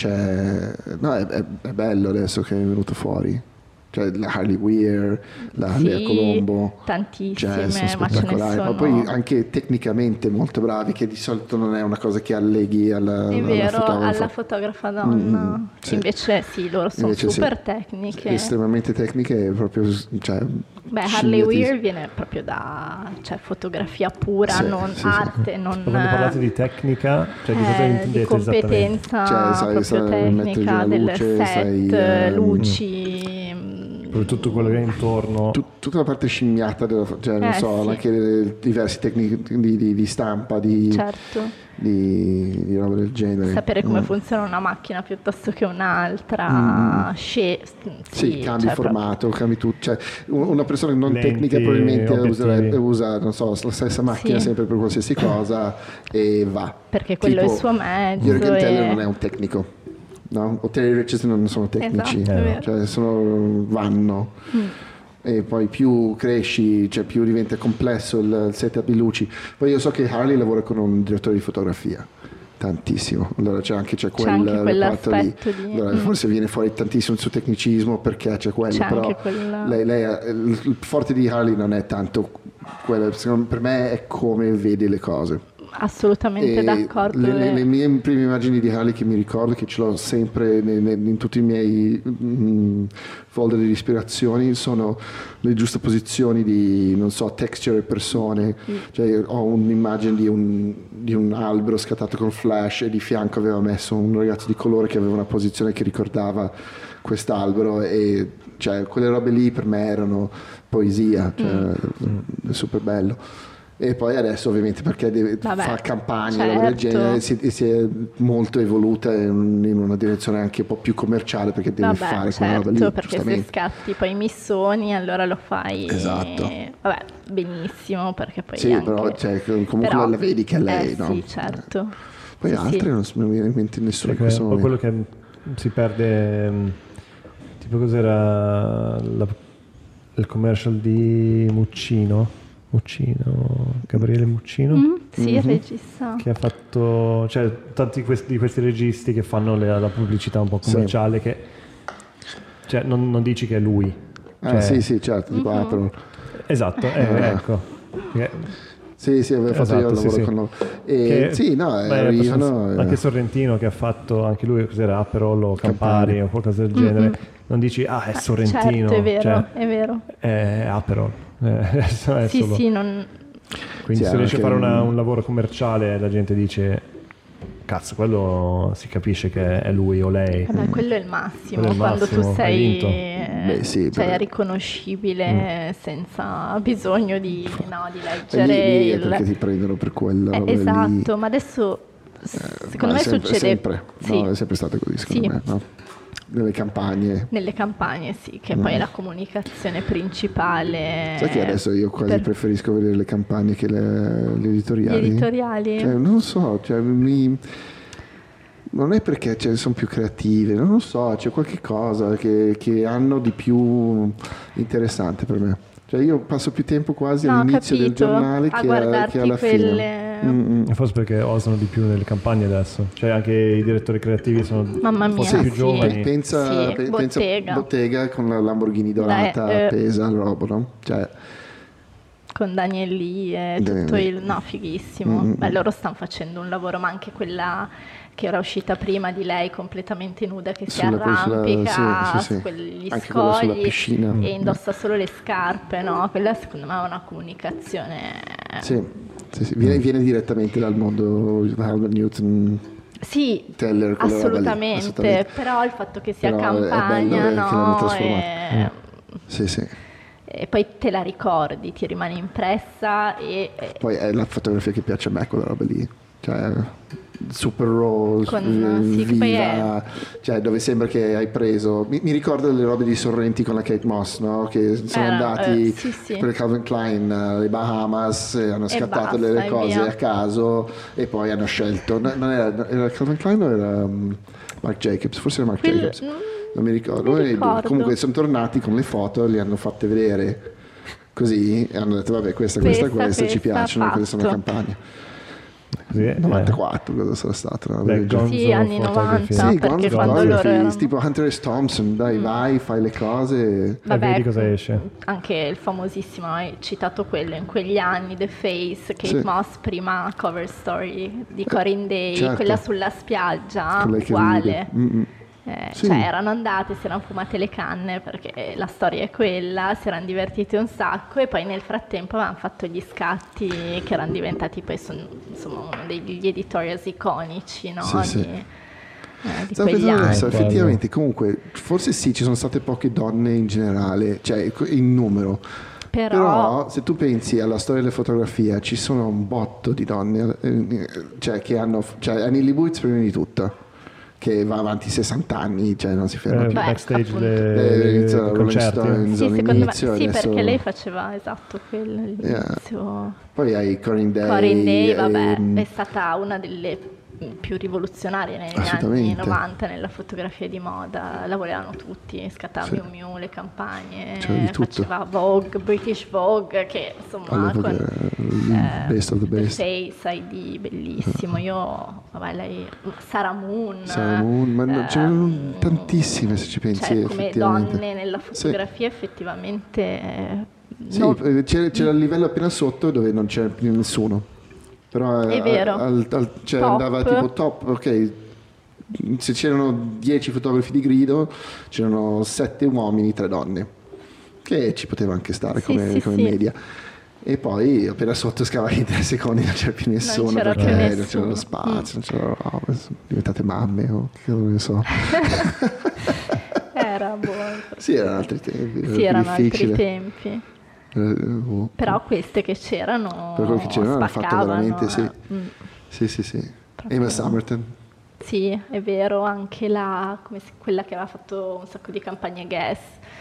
no, è bello adesso che è venuto fuori. Cioè la Harley Weir, la Lea Colombo, tantissime, sono spettacolari, ma poi anche tecnicamente molto bravi, che di solito non è una cosa che alleghi alla fotografa donna. Sì. Invece loro sono super tecniche, estremamente tecniche, proprio, cioè, Harley Weir viene proprio da fotografia pura, non arte, non... Quando parlate di tecnica, cioè di cosa intendete di competenza proprio tecnica del set, luci, tutto quello che è intorno, tutta la parte scimmiata non so, anche le diverse tecniche di stampa, di roba del genere, sapere come funziona una macchina piuttosto che un'altra, cambi formato, cambi tutto, cioè una persona non tecnica probabilmente usa non so, la stessa macchina sempre per qualsiasi cosa e va, perché quello è il suo mezzo. Jürgen Teller non è un tecnico, no? O Terry Richardson non sono tecnici, cioè vanno. E poi più cresci, cioè più diventa complesso il setup di luci. Poi io so che Harley lavora con un direttore di fotografia tantissimo, allora c'è quell'aspetto lì. Allora, forse viene fuori tantissimo il suo tecnicismo perché c'è quello, però lei il forte di Harley non è tanto quello, per me è come vede le cose. Assolutamente d'accordo. Le mie prime immagini di Harley che mi ricordo, che ce l'ho sempre in tutti i miei folder di ispirazioni, sono le giuste posizioni di, non so, texture e persone. Cioè, ho un'immagine di un albero scattato con flash e di fianco aveva messo un ragazzo di colore che aveva una posizione che ricordava quest'albero, e cioè quelle robe lì per me erano poesia, cioè, è super bello. E poi adesso ovviamente perché fa campagne del genere, si è molto evoluta in una direzione anche un po' più commerciale, perché deve fare quella roba lì, perché se scatti poi i missoni allora lo fai benissimo, perché poi però comunque la vedi che è lei, no? Sì, certo. Poi altre non mi viene in mente nessuno in questo momento. Quello che si perde, tipo cos'era il commercial di Gabriele Muccino, il regista, che ha fatto, cioè tanti di questi registi che fanno la pubblicità un po' commerciale, che cioè non dici che è lui, sì certo, tipo Aperol, esatto, ecco, aveva fatto io il lavoro con loro, arrivano anche Sorrentino, che ha fatto anche lui, cos'era, Aperol o Campari o qualcosa del genere, non dici è Sorrentino, certo, è vero, è Aperol. Quindi se riesci a fare un lavoro commerciale, la gente dice cazzo, quello si capisce che è lui o lei. Quello è il massimo, quando tu sei riconoscibile senza bisogno di leggere perché ti prendono per quello, esatto, ma adesso secondo me succede sempre, è sempre stato così, secondo me, no? Nelle campagne sì, che poi è la comunicazione principale. Sai che adesso io quasi preferisco vedere le campagne che le editoriali? Gli editoriali? Cioè, non so, non è perché sono più creative, non lo so, c'è qualche cosa che hanno di più interessante per me. Cioè io passo più tempo quasi all'inizio del giornale che alla fine. Forse perché osano di più nelle campagne adesso, cioè anche i direttori creativi sono più giovani. Pensa Bottega con la Lamborghini dorata appesa al robo, no? Cioè, con Daniel Lee e tutto fighissimo. Loro stanno facendo un lavoro, ma anche quella che era uscita prima di lei completamente nuda, che si arrampica su quegli scogli e indossa solo le scarpe, no? Quella secondo me è una comunicazione viene direttamente dal mondo Albert Newton, Teller, assolutamente, però il fatto che sia campagna, è bello, che l'hanno trasformato. e poi te la ricordi, ti rimane impressa poi è la fotografia che piace a me, quella roba lì, cioè super raw, sì, che poi viva, cioè dove sembra che hai preso, mi ricordo le robe di Sorrenti con la Kate Moss, no? Che sono andati sì. per Calvin Klein alle Bahamas e hanno scattato basta, delle e cose via. a caso e poi hanno scelto, non era Calvin Klein o era Marc Jacobs? Forse era Marc Jacobs, non mi ricordo. Comunque sono tornati con le foto, le hanno fatte vedere così e hanno detto vabbè questa ci piacciono, queste sono le campagne. Sì, 94 cosa sarà stato? Sì, anni 90, sì, perché quando loro erano... tipo Hunter S. Thompson, dai vai, fai le cose Vabbè, vedi cosa esce. Anche il famosissimo, hai citato quello, in quegli anni The Face, Kate Moss, prima cover story di Corinne Day, certo. quella sulla spiaggia, Con lei che uguale. ride. Sì. Cioè erano andate, si erano fumate le canne perché la storia è quella, si erano divertiti un sacco e poi nel frattempo avevano fatto gli scatti che erano diventati poi insomma uno degli editorials iconici, no? Di quegli anni. Adesso, effettivamente comunque forse sì, ci sono state poche donne in generale, cioè in numero. Però se tu pensi alla storia della fotografia ci sono un botto di donne che hanno, cioè Annie Leibovitz prima di tutto, che va avanti 60 anni, cioè non si ferma più. Backstage inizia dei concerti. Sì, secondo me, sì, adesso... perché lei faceva esatto quello all'inizio. Poi hai Corinne Day. Corinne Day, vabbè, è stata una delle più rivoluzionarie negli anni 90 nella fotografia di moda, la volevano tutti, scattava Miu Miu, le campagne, faceva Vogue, British Vogue, che insomma con Best of the Best. The Face ID, bellissimo. Io, vabbè, lei, Sarah Moon, ma c'erano tantissime se ci pensi, cioè, come effettivamente. donne nella fotografia effettivamente c'era il livello appena sotto dove non c'era più nessuno. Però è vero. Cioè andava tipo top, ok, se c'erano 10 fotografi di grido c'erano 7 uomini, 3 donne, che ci poteva anche stare come media. E poi appena sotto scavavi in 3 secondi non c'era più nessuno, non c'era lo spazio, non c'era roba, diventate mamme o che ne so. Era buono. Sì, erano altri tempi. Sì, erano altri tempi. Però queste che c'erano, per quello che c'erano hanno fatto veramente sì. Emma Proprio. Summerton, sì, è vero, anche quella che aveva fatto un sacco di campagne Guess,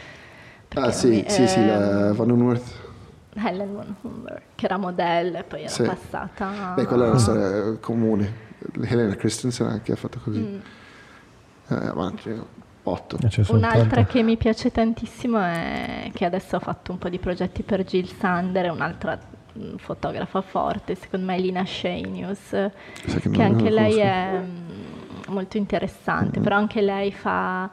la Van Unworth, Helen Van Humber, che era modella e poi era passata quella è una storia comune. Helena Christensen anche ha fatto così. Avanti 8. Un'altra che mi piace tantissimo è che adesso ha fatto un po' di progetti per Jill Sander, è un'altra fotografa forte, secondo me, Lina Shanius, che anche lei è molto interessante, però anche lei fa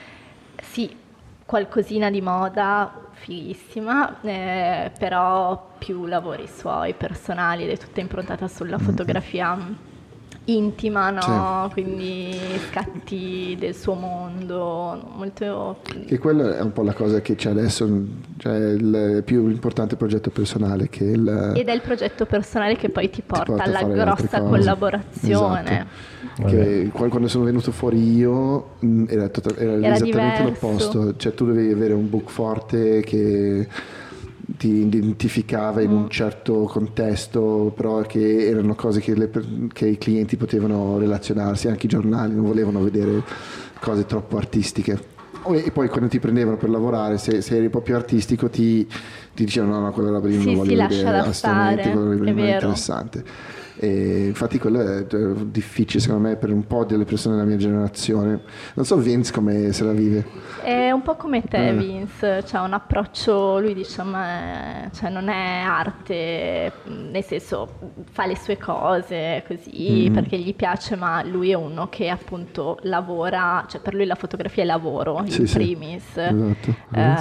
qualcosina di moda fighissima, però più lavori suoi personali ed è tutta improntata sulla fotografia intima, no? Quindi scatti del suo mondo, molto... Che quella è un po' la cosa che c'è adesso, cioè il più importante progetto personale che ed è il progetto personale che poi ti porta alla grossa collaborazione. Esatto. Che quando sono venuto fuori io era esattamente diverso. l'opposto, cioè tu dovevi avere un book forte che ti identificava in un certo contesto, però che erano cose che i clienti potevano relazionarsi, anche i giornali non volevano vedere cose troppo artistiche. E poi quando ti prendevano per lavorare, se eri un po' più artistico ti dicevano no, quella roba lì non la voglio vedere assolutamente, quello non è interessante. E infatti quello è difficile secondo me per un po' delle persone della mia generazione. Non so Vince come se la vive. È un po' come te Vince, c'ha un approccio, lui dice a me, cioè non è arte, nel senso fa le sue cose così perché gli piace, ma lui è uno che appunto lavora, cioè per lui la fotografia è lavoro in primis. Esatto.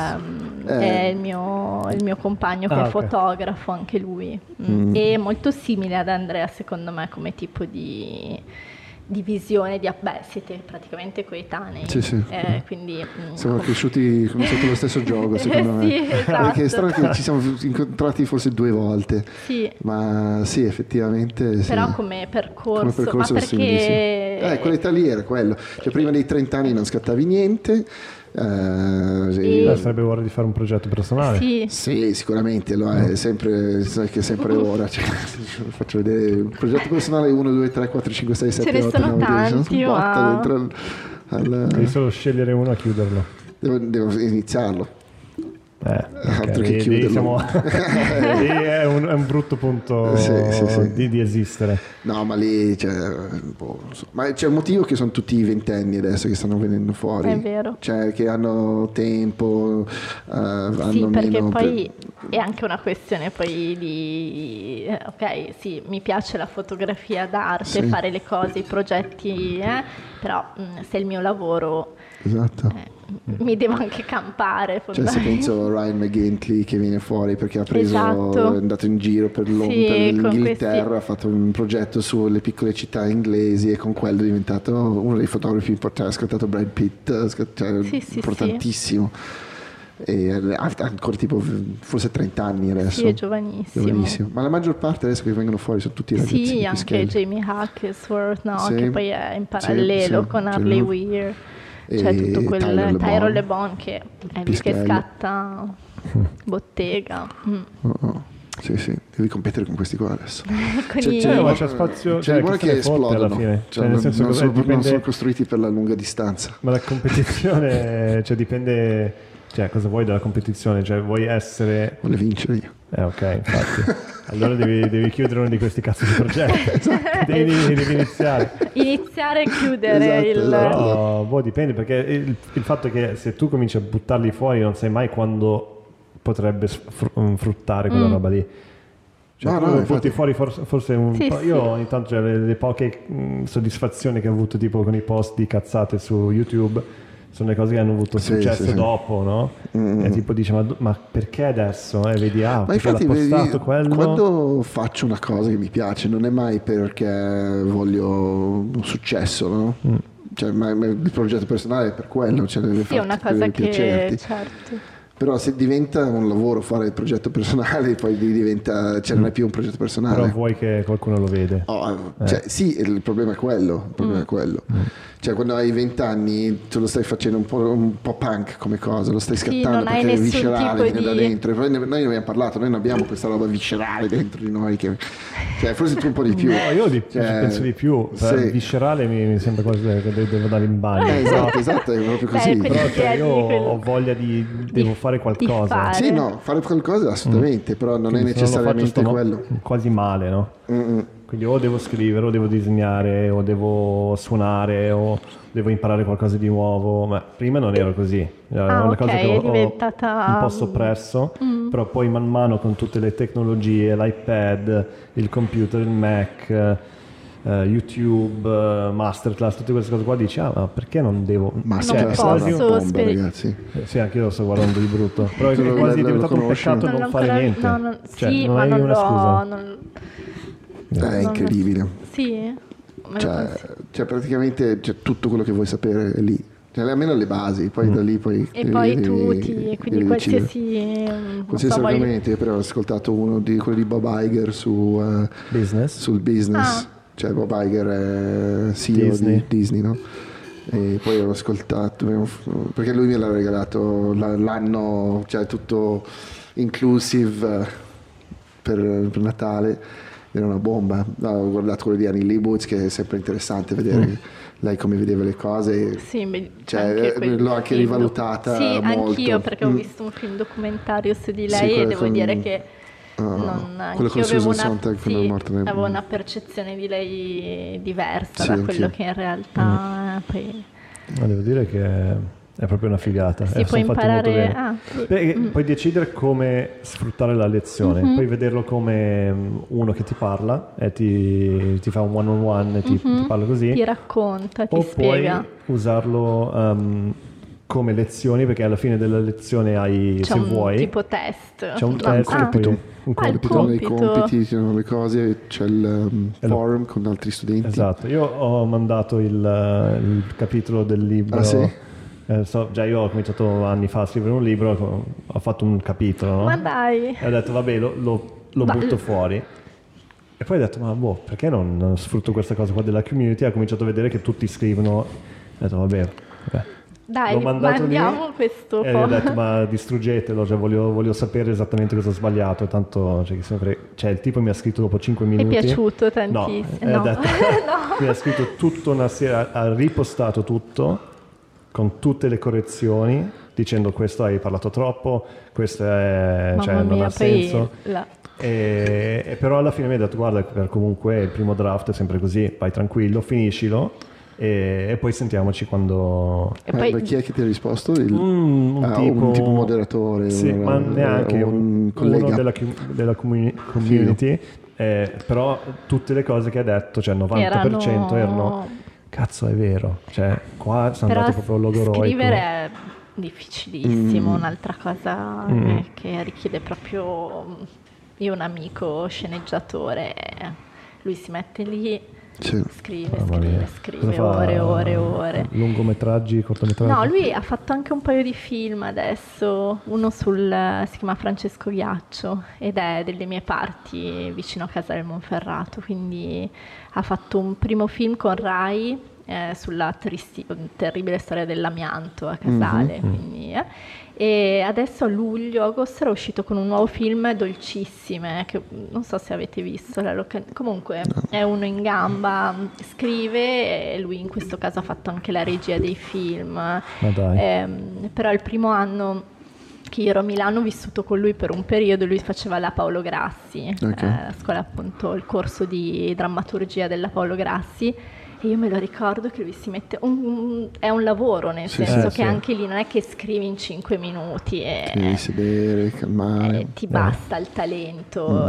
È il mio compagno che è fotografo anche lui, è molto simile ad Andrea secondo me come tipo di visione siete praticamente coetanei, quindi siamo cresciuti sotto lo stesso gioco secondo me. Esatto. Perché è strano che ci siamo incontrati forse 2 volte, ma sì effettivamente però come percorso ma perché quell'età lì era quello, cioè prima dei 30 anni non scattavi niente, Sarebbe ora di fare un progetto personale. Sì, sicuramente lo è, sempre, sai che è sempre ora. Cioè, faccio vedere il progetto personale 1, 2, 3, 4, 5, 6, 7, 8, 9, 10. Ce ne sono tanti, ma... Devi solo scegliere uno a chiuderlo. Devo iniziarlo. Altro che diciamo, chiuderlo. è un brutto punto di esistere. No, ma lì ma c'è un motivo che sono tutti i ventenni adesso che stanno venendo fuori. È vero. Cioè che hanno tempo, hanno perché meno poi è anche una questione poi di ok, sì, mi piace la fotografia d'arte, fare le cose, i progetti, però se è il mio lavoro, esatto. Mi devo anche campare. Cioè, se penso a Ryan McGintley che viene fuori perché ha preso, è andato in giro per l'Inghilterra, ha fatto un progetto sulle piccole città inglesi e con quello è diventato uno dei fotografi importanti, ha scattato Brad Pitt, importantissimo. E ha ancora tipo forse 30 anni adesso. Sì, è giovanissimo. Ma la maggior parte adesso che vengono fuori sono tutti ragazzi. Sì, anche Jamie Hawkesworth, che poi è in parallelo con Harley Weir. C'è tutto quel Tyrone Le Bon che è lì che scatta bottega. Sì, devi competere con questi qua adesso. C'è spazio, c'è buone che esplodono, alla fine. Nel senso non sono costruiti per la lunga distanza. Ma la competizione, dipende, cosa vuoi dalla competizione? Cioè vuoi essere... Voglio vincere io. Ok, infatti. Allora devi chiudere uno di questi cazzo di progetti. devi iniziare e chiudere esatto. No, dipende, perché il fatto è che se tu cominci a buttarli fuori non sai mai quando potrebbe fruttare quella roba lì. Cioè, butti fuori forse un po'. Io ogni tanto le poche soddisfazioni che ho avuto tipo con i post di cazzate su YouTube sono le cose che hanno avuto successo dopo, no? E tipo dice ma perché adesso? Vedi, ma infatti vedi, quando faccio una cosa che mi piace non è mai perché voglio un successo, no? Cioè, ma il progetto personale è per quello, cioè è una cosa che certo. Però se diventa un lavoro fare il progetto personale, poi diventa, non è più un progetto personale. Però vuoi che qualcuno lo vede. Sì, il problema è quello. Cioè, quando hai 20 anni tu lo stai facendo un po' punk come cosa, lo stai scattando perché è viscerale, viene da dentro. Noi ne abbiamo parlato, noi non abbiamo questa roba viscerale dentro di noi forse tu un po' di più. No, io penso di più. Viscerale mi sembra quasi che devo andare in bagno. Esatto, è proprio così. Però io ho voglia devo fare qualcosa. Sì, no, fare qualcosa assolutamente, però non è necessariamente quello. Quasi male, no? Quindi o devo scrivere, o devo disegnare, o devo suonare, o devo imparare qualcosa di nuovo. Ma prima non ero così. Era una cosa che ho un po' soppresso, però poi man mano con tutte le tecnologie, l'iPad, il computer, il Mac, YouTube, Masterclass, tutte queste cose qua, dici ma perché non devo? Masterclass è una bomba, ragazzi. Sì, anche io lo sto guardando di brutto, però è quasi diventato un peccato non fare niente. Non hai una scusa. È incredibile. Sì. Cioè praticamente tutto quello che vuoi sapere è lì. Almeno le basi, poi da lì poi... E poi tutti, quindi qualsiasi argomento. Io però ho ascoltato uno di quelli di Bob Iger sul business. Cioè Bob Iger è CEO di Disney, no? E poi ho ascoltato, perché lui me l'ha regalato l'anno, cioè tutto inclusive per Natale. Era una bomba. Ho guardato quello di Annie Leibovitz, che è sempre interessante vedere lei come vedeva le cose. Sì, l'ho anche rivalutata molto. Anch'io, perché ho visto un film documentario su di lei e devo dire che anch'io avevo una percezione di lei diversa da quello che in realtà poi... Ma devo dire che è proprio una figata. Si può imparare. Puoi decidere come sfruttare la lezione, puoi vederlo come uno che ti parla e ti fa un one-on-one e ti parla così. Ti racconta, ti spiega. O puoi usarlo come lezioni, perché alla fine della lezione hai, c'è se vuoi, tipo test. C'è un test e poi un compito. I compiti, le cose, c'è il forum con altri studenti. Esatto, io ho mandato il capitolo del libro. Ah, sì? Già io ho cominciato anni fa a scrivere un libro, ho fatto un capitolo, no? Ma dai! E ho detto vabbè, lo butto fuori. E poi ho detto ma perché non sfrutto questa cosa qua della community? E ho cominciato a vedere che tutti scrivono. Ho detto vabbè. Dai, l'ho mandato mandiamo lì questo e ho detto ma distruggetelo, cioè voglio sapere esattamente cosa ho sbagliato, tanto cioè il tipo mi ha scritto dopo 5 È minuti. piaciuto No, tantissimo. ha detto, No. mi ha scritto tutto una sera, ha ripostato tutto con tutte le correzioni dicendo questo hai parlato troppo, questo è, Mamma cioè, non mia, ha poi senso. E però alla fine mi ha detto guarda, comunque il primo draft è sempre così, vai tranquillo, finiscilo e poi sentiamoci quando... E poi Ma chi è che ti ha risposto? un tipo moderatore, sì, ma neanche un collega uno della community, però tutte le cose che ha detto, cioè il 90% erano cazzo è vero, cioè qua sono però andati proprio logoroico. scrivere è difficilissimo, un'altra cosa che richiede proprio... Io ho un amico sceneggiatore, lui si mette lì, scrive ore e ore e ore. Lungometraggi, cortometraggi? No, lui ha fatto anche un paio di film adesso, uno si chiama Francesco Ghiaccio ed è delle mie parti vicino a casa del Monferrato, quindi ha fatto un primo film con Rai sulla terribile storia dell'amianto a Casale, quindi, e adesso a luglio-agosto era uscito con un nuovo film, Dolcissime, che non so se avete visto, comunque è uno in gamba, scrive e lui in questo caso ha fatto anche la regia dei film. Ma dai. Però il primo anno che io ero a Milano ho vissuto con lui per un periodo, lui faceva la Paolo Grassi, la scuola appunto, il corso di drammaturgia della Paolo Grassi. E io me lo ricordo che lui si mette, è un lavoro, nel senso che anche lì non è che scrivi in 5 minuti e devi sedere, calmare, ti basta il talento,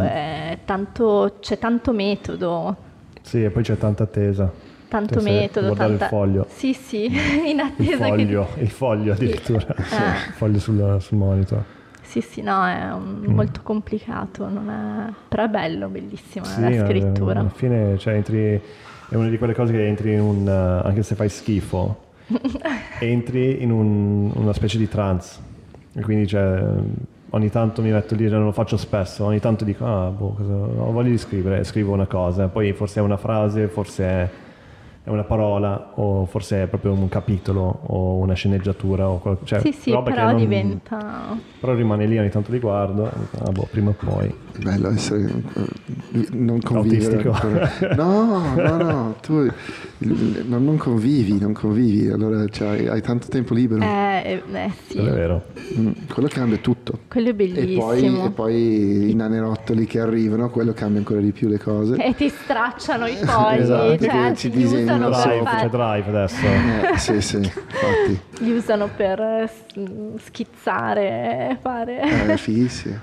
c'è tanto metodo. Sì, e poi c'è tanta attesa. Tanto metodo, guardare il foglio. Sì, in attesa il foglio addirittura, il foglio sul monitor. Sì, no, è molto complicato, però è bello, bellissima la scrittura. Alla fine, cioè, è una di quelle cose che entri in anche se fai schifo, entri in una specie di trance. E quindi, cioè, ogni tanto mi metto lì, non lo faccio spesso, ogni tanto dico, ho voglia di scrivere, scrivo una cosa, poi forse è una frase, forse è una parola, o forse è proprio un capitolo o una sceneggiatura o cioè, sì, roba però che diventa, però rimane lì, ogni tanto li guardo e dico, prima o poi. Bello essere non convivere no, tu non convivi, allora cioè, hai tanto tempo libero. sì. Quello è vero. Quello cambia tutto. Quello è bellissimo. E poi i nanerottoli che arrivano, quello cambia ancora di più le cose. E ti stracciano i fogli, Esatto, cioè ci li usano C'è Drive adesso. Sì, infatti. Li usano per schizzare, fare... Fighissimo.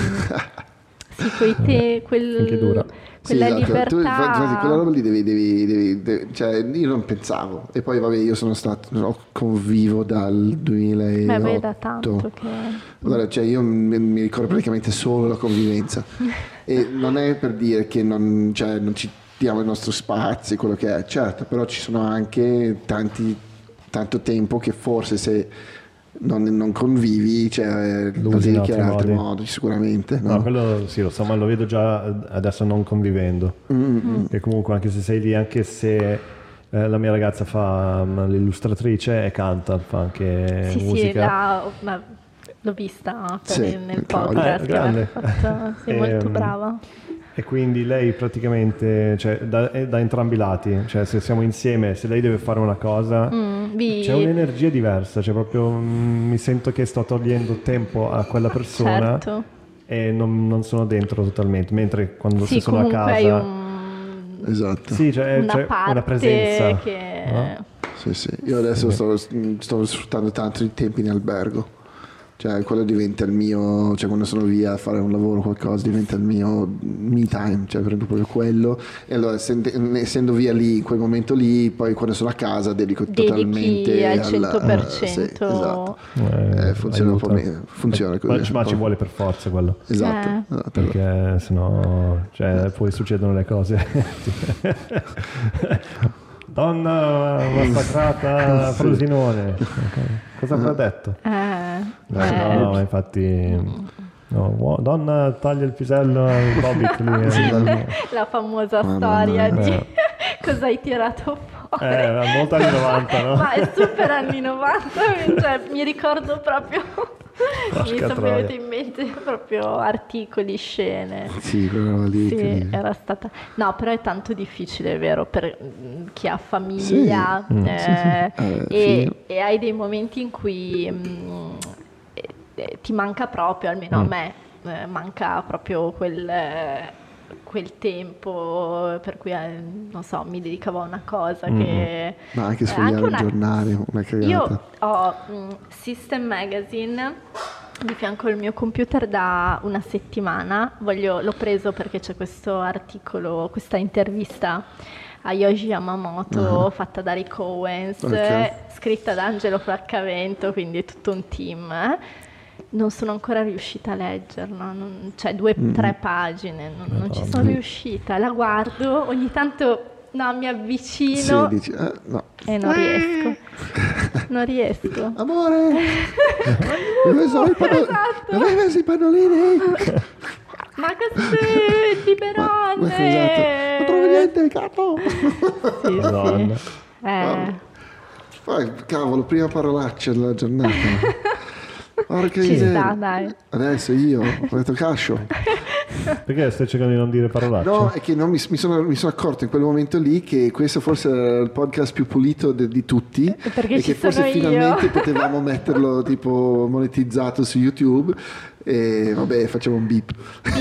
Sì, quella esatto. libertà. Tu, infatti, quella roba lì devi, cioè io non pensavo. E poi vabbè, io convivo dal 2008. Beh, da tanto che... Allora, cioè io mi ricordo praticamente solo la convivenza. E non è per dire che non ci diamo il nostro spazio, quello che è, certo, però ci sono anche tanto tempo che forse se non convivi, cioè lo dedichi ad altri modi sicuramente, no? No, quello sì, lo so, ma lo vedo già adesso non convivendo. E comunque anche se sei lì, anche se la mia ragazza fa l'illustratrice e canta, fa anche musica. L'ho vista nel podcast, grande. Sei molto brava. E quindi lei praticamente, cioè, è da entrambi i lati, cioè se siamo insieme, se lei deve fare una cosa, c'è un'energia diversa, cioè proprio mi sento che sto togliendo tempo a quella persona, certo. E non sono dentro totalmente, mentre quando se sono a casa... Esatto. Sì, c'è una presenza. Che... No? Sì. Io adesso sto sfruttando tanto i tempi in albergo. Cioè quello diventa il mio, cioè quando sono via a fare un lavoro o qualcosa diventa il mio me time, cioè prendo proprio quello e allora essendo via lì in quel momento lì, poi quando sono a casa dedichi totalmente al 100%. Sì, esatto. Funziona un po' meglio, funziona così. Ma ci vuole per forza quello. Esatto. Perché sennò poi succedono le cose. Donna massacrata a Frosinone. Cosa avrà detto? No, infatti donna taglia il pisello al Bobbitt lì. La famosa storia di cosa hai tirato fuori. Molto anni 90, no? Ma è super anni 90, cioè, mi ricordo proprio, mi sono venuti in mente proprio articoli, scene. Sì, quella lì. Sì, era stata... No, però è tanto difficile, è vero, per chi ha famiglia e hai dei momenti in cui ti manca proprio, almeno a me, manca proprio quel tempo per cui non so, mi dedicavo a una cosa che ma anche sfogliare un giornale, una cagata. Io ho System Magazine di fianco al mio computer da una settimana. L'ho preso perché c'è questo articolo, questa intervista a Yoji Yamamoto fatta da Rick Owens, scritta da Angelo Fraccavento, quindi è tutto un team. Non sono ancora riuscita a leggerla, cioè 2-3 pagine, non ci sono riuscita. La guardo, ogni tanto mi avvicino e non riesco. Non riesco. Amore, dove hai messo i pannolini? Ma così, liberone! Esatto. Non trovi niente, capo! Sì. Poi, cavolo, prima parolaccia della giornata. Porca Ci miseria. sta, dai. Adesso io ho detto cascio. Perché stai cercando di non dire parolacce? No, è che mi sono accorto in quel momento lì che questo forse era il podcast più pulito di tutti, perché e che forse finalmente potevamo metterlo tipo monetizzato su YouTube. E vabbè, facciamo un beep.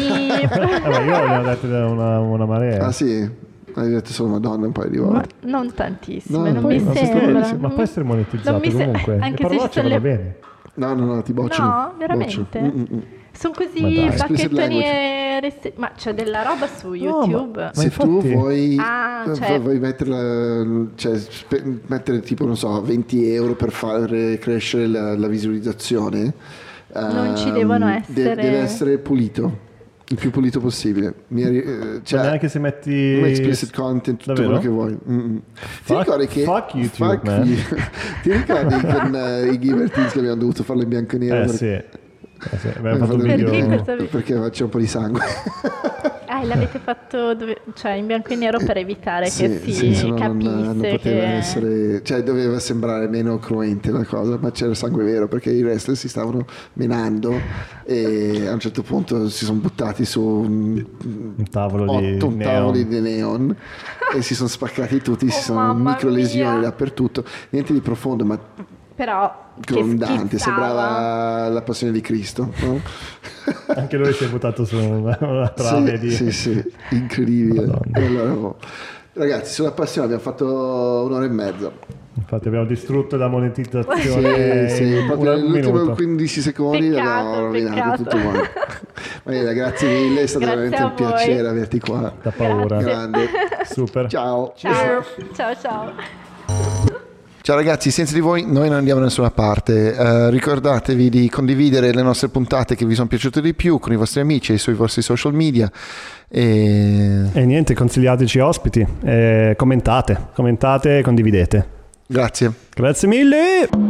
Ma io ne ho dette una marea. Ah sì? Hai detto solo Madonna un paio di volte. Non tantissime, No, non mi sembra. Ma può essere monetizzato comunque. Anche le se ci parolacce sono vanno bene. No, ti boccio. No, veramente? Sono così bacchettoni ma c'è della roba su YouTube. Ma se tu vuoi, cioè... vuoi metterla, cioè, mettere tipo, non so, 20 euro per fare crescere la visualizzazione, non ci devono essere. Deve essere pulito. Il più pulito possibile. Cioè, neanche se metti explicit content, tutto quello che vuoi. Ti ricordi che YouTube, man. Ti ricordi con i Givertins che abbiamo dovuto farlo in bianco e nero? Sì. Abbiamo fatto un video perché c'è un po' di sangue. L'avete fatto cioè in bianco e nero per evitare che si capisse non poteva essere, cioè doveva sembrare meno cruente la cosa, ma c'era sangue vero perché i wrestler si stavano menando e a un certo punto si sono buttati su un tavolo di neon e si sono spaccati tutti, si sono micro lesioni dappertutto, niente di profondo, ma però grondante, sembrava la passione di Cristo, no? Anche lui si è buttato su una trave sì, incredibile. E allora, ragazzi, sulla passione abbiamo fatto un'ora e mezza. Infatti abbiamo distrutto la monetizzazione proprio nell'ultimo 15 secondi abbiamo rovinato tutto quanto. Maria, grazie mille, è stato veramente un piacere averti qua. Da paura. Grande. Super. Ciao. Ciao ragazzi, senza di voi noi non andiamo da nessuna parte. Ricordatevi di condividere le nostre puntate che vi sono piaciute di più con i vostri amici e sui vostri social media. E niente, consigliateci ospiti, commentate e condividete. Grazie. Grazie mille.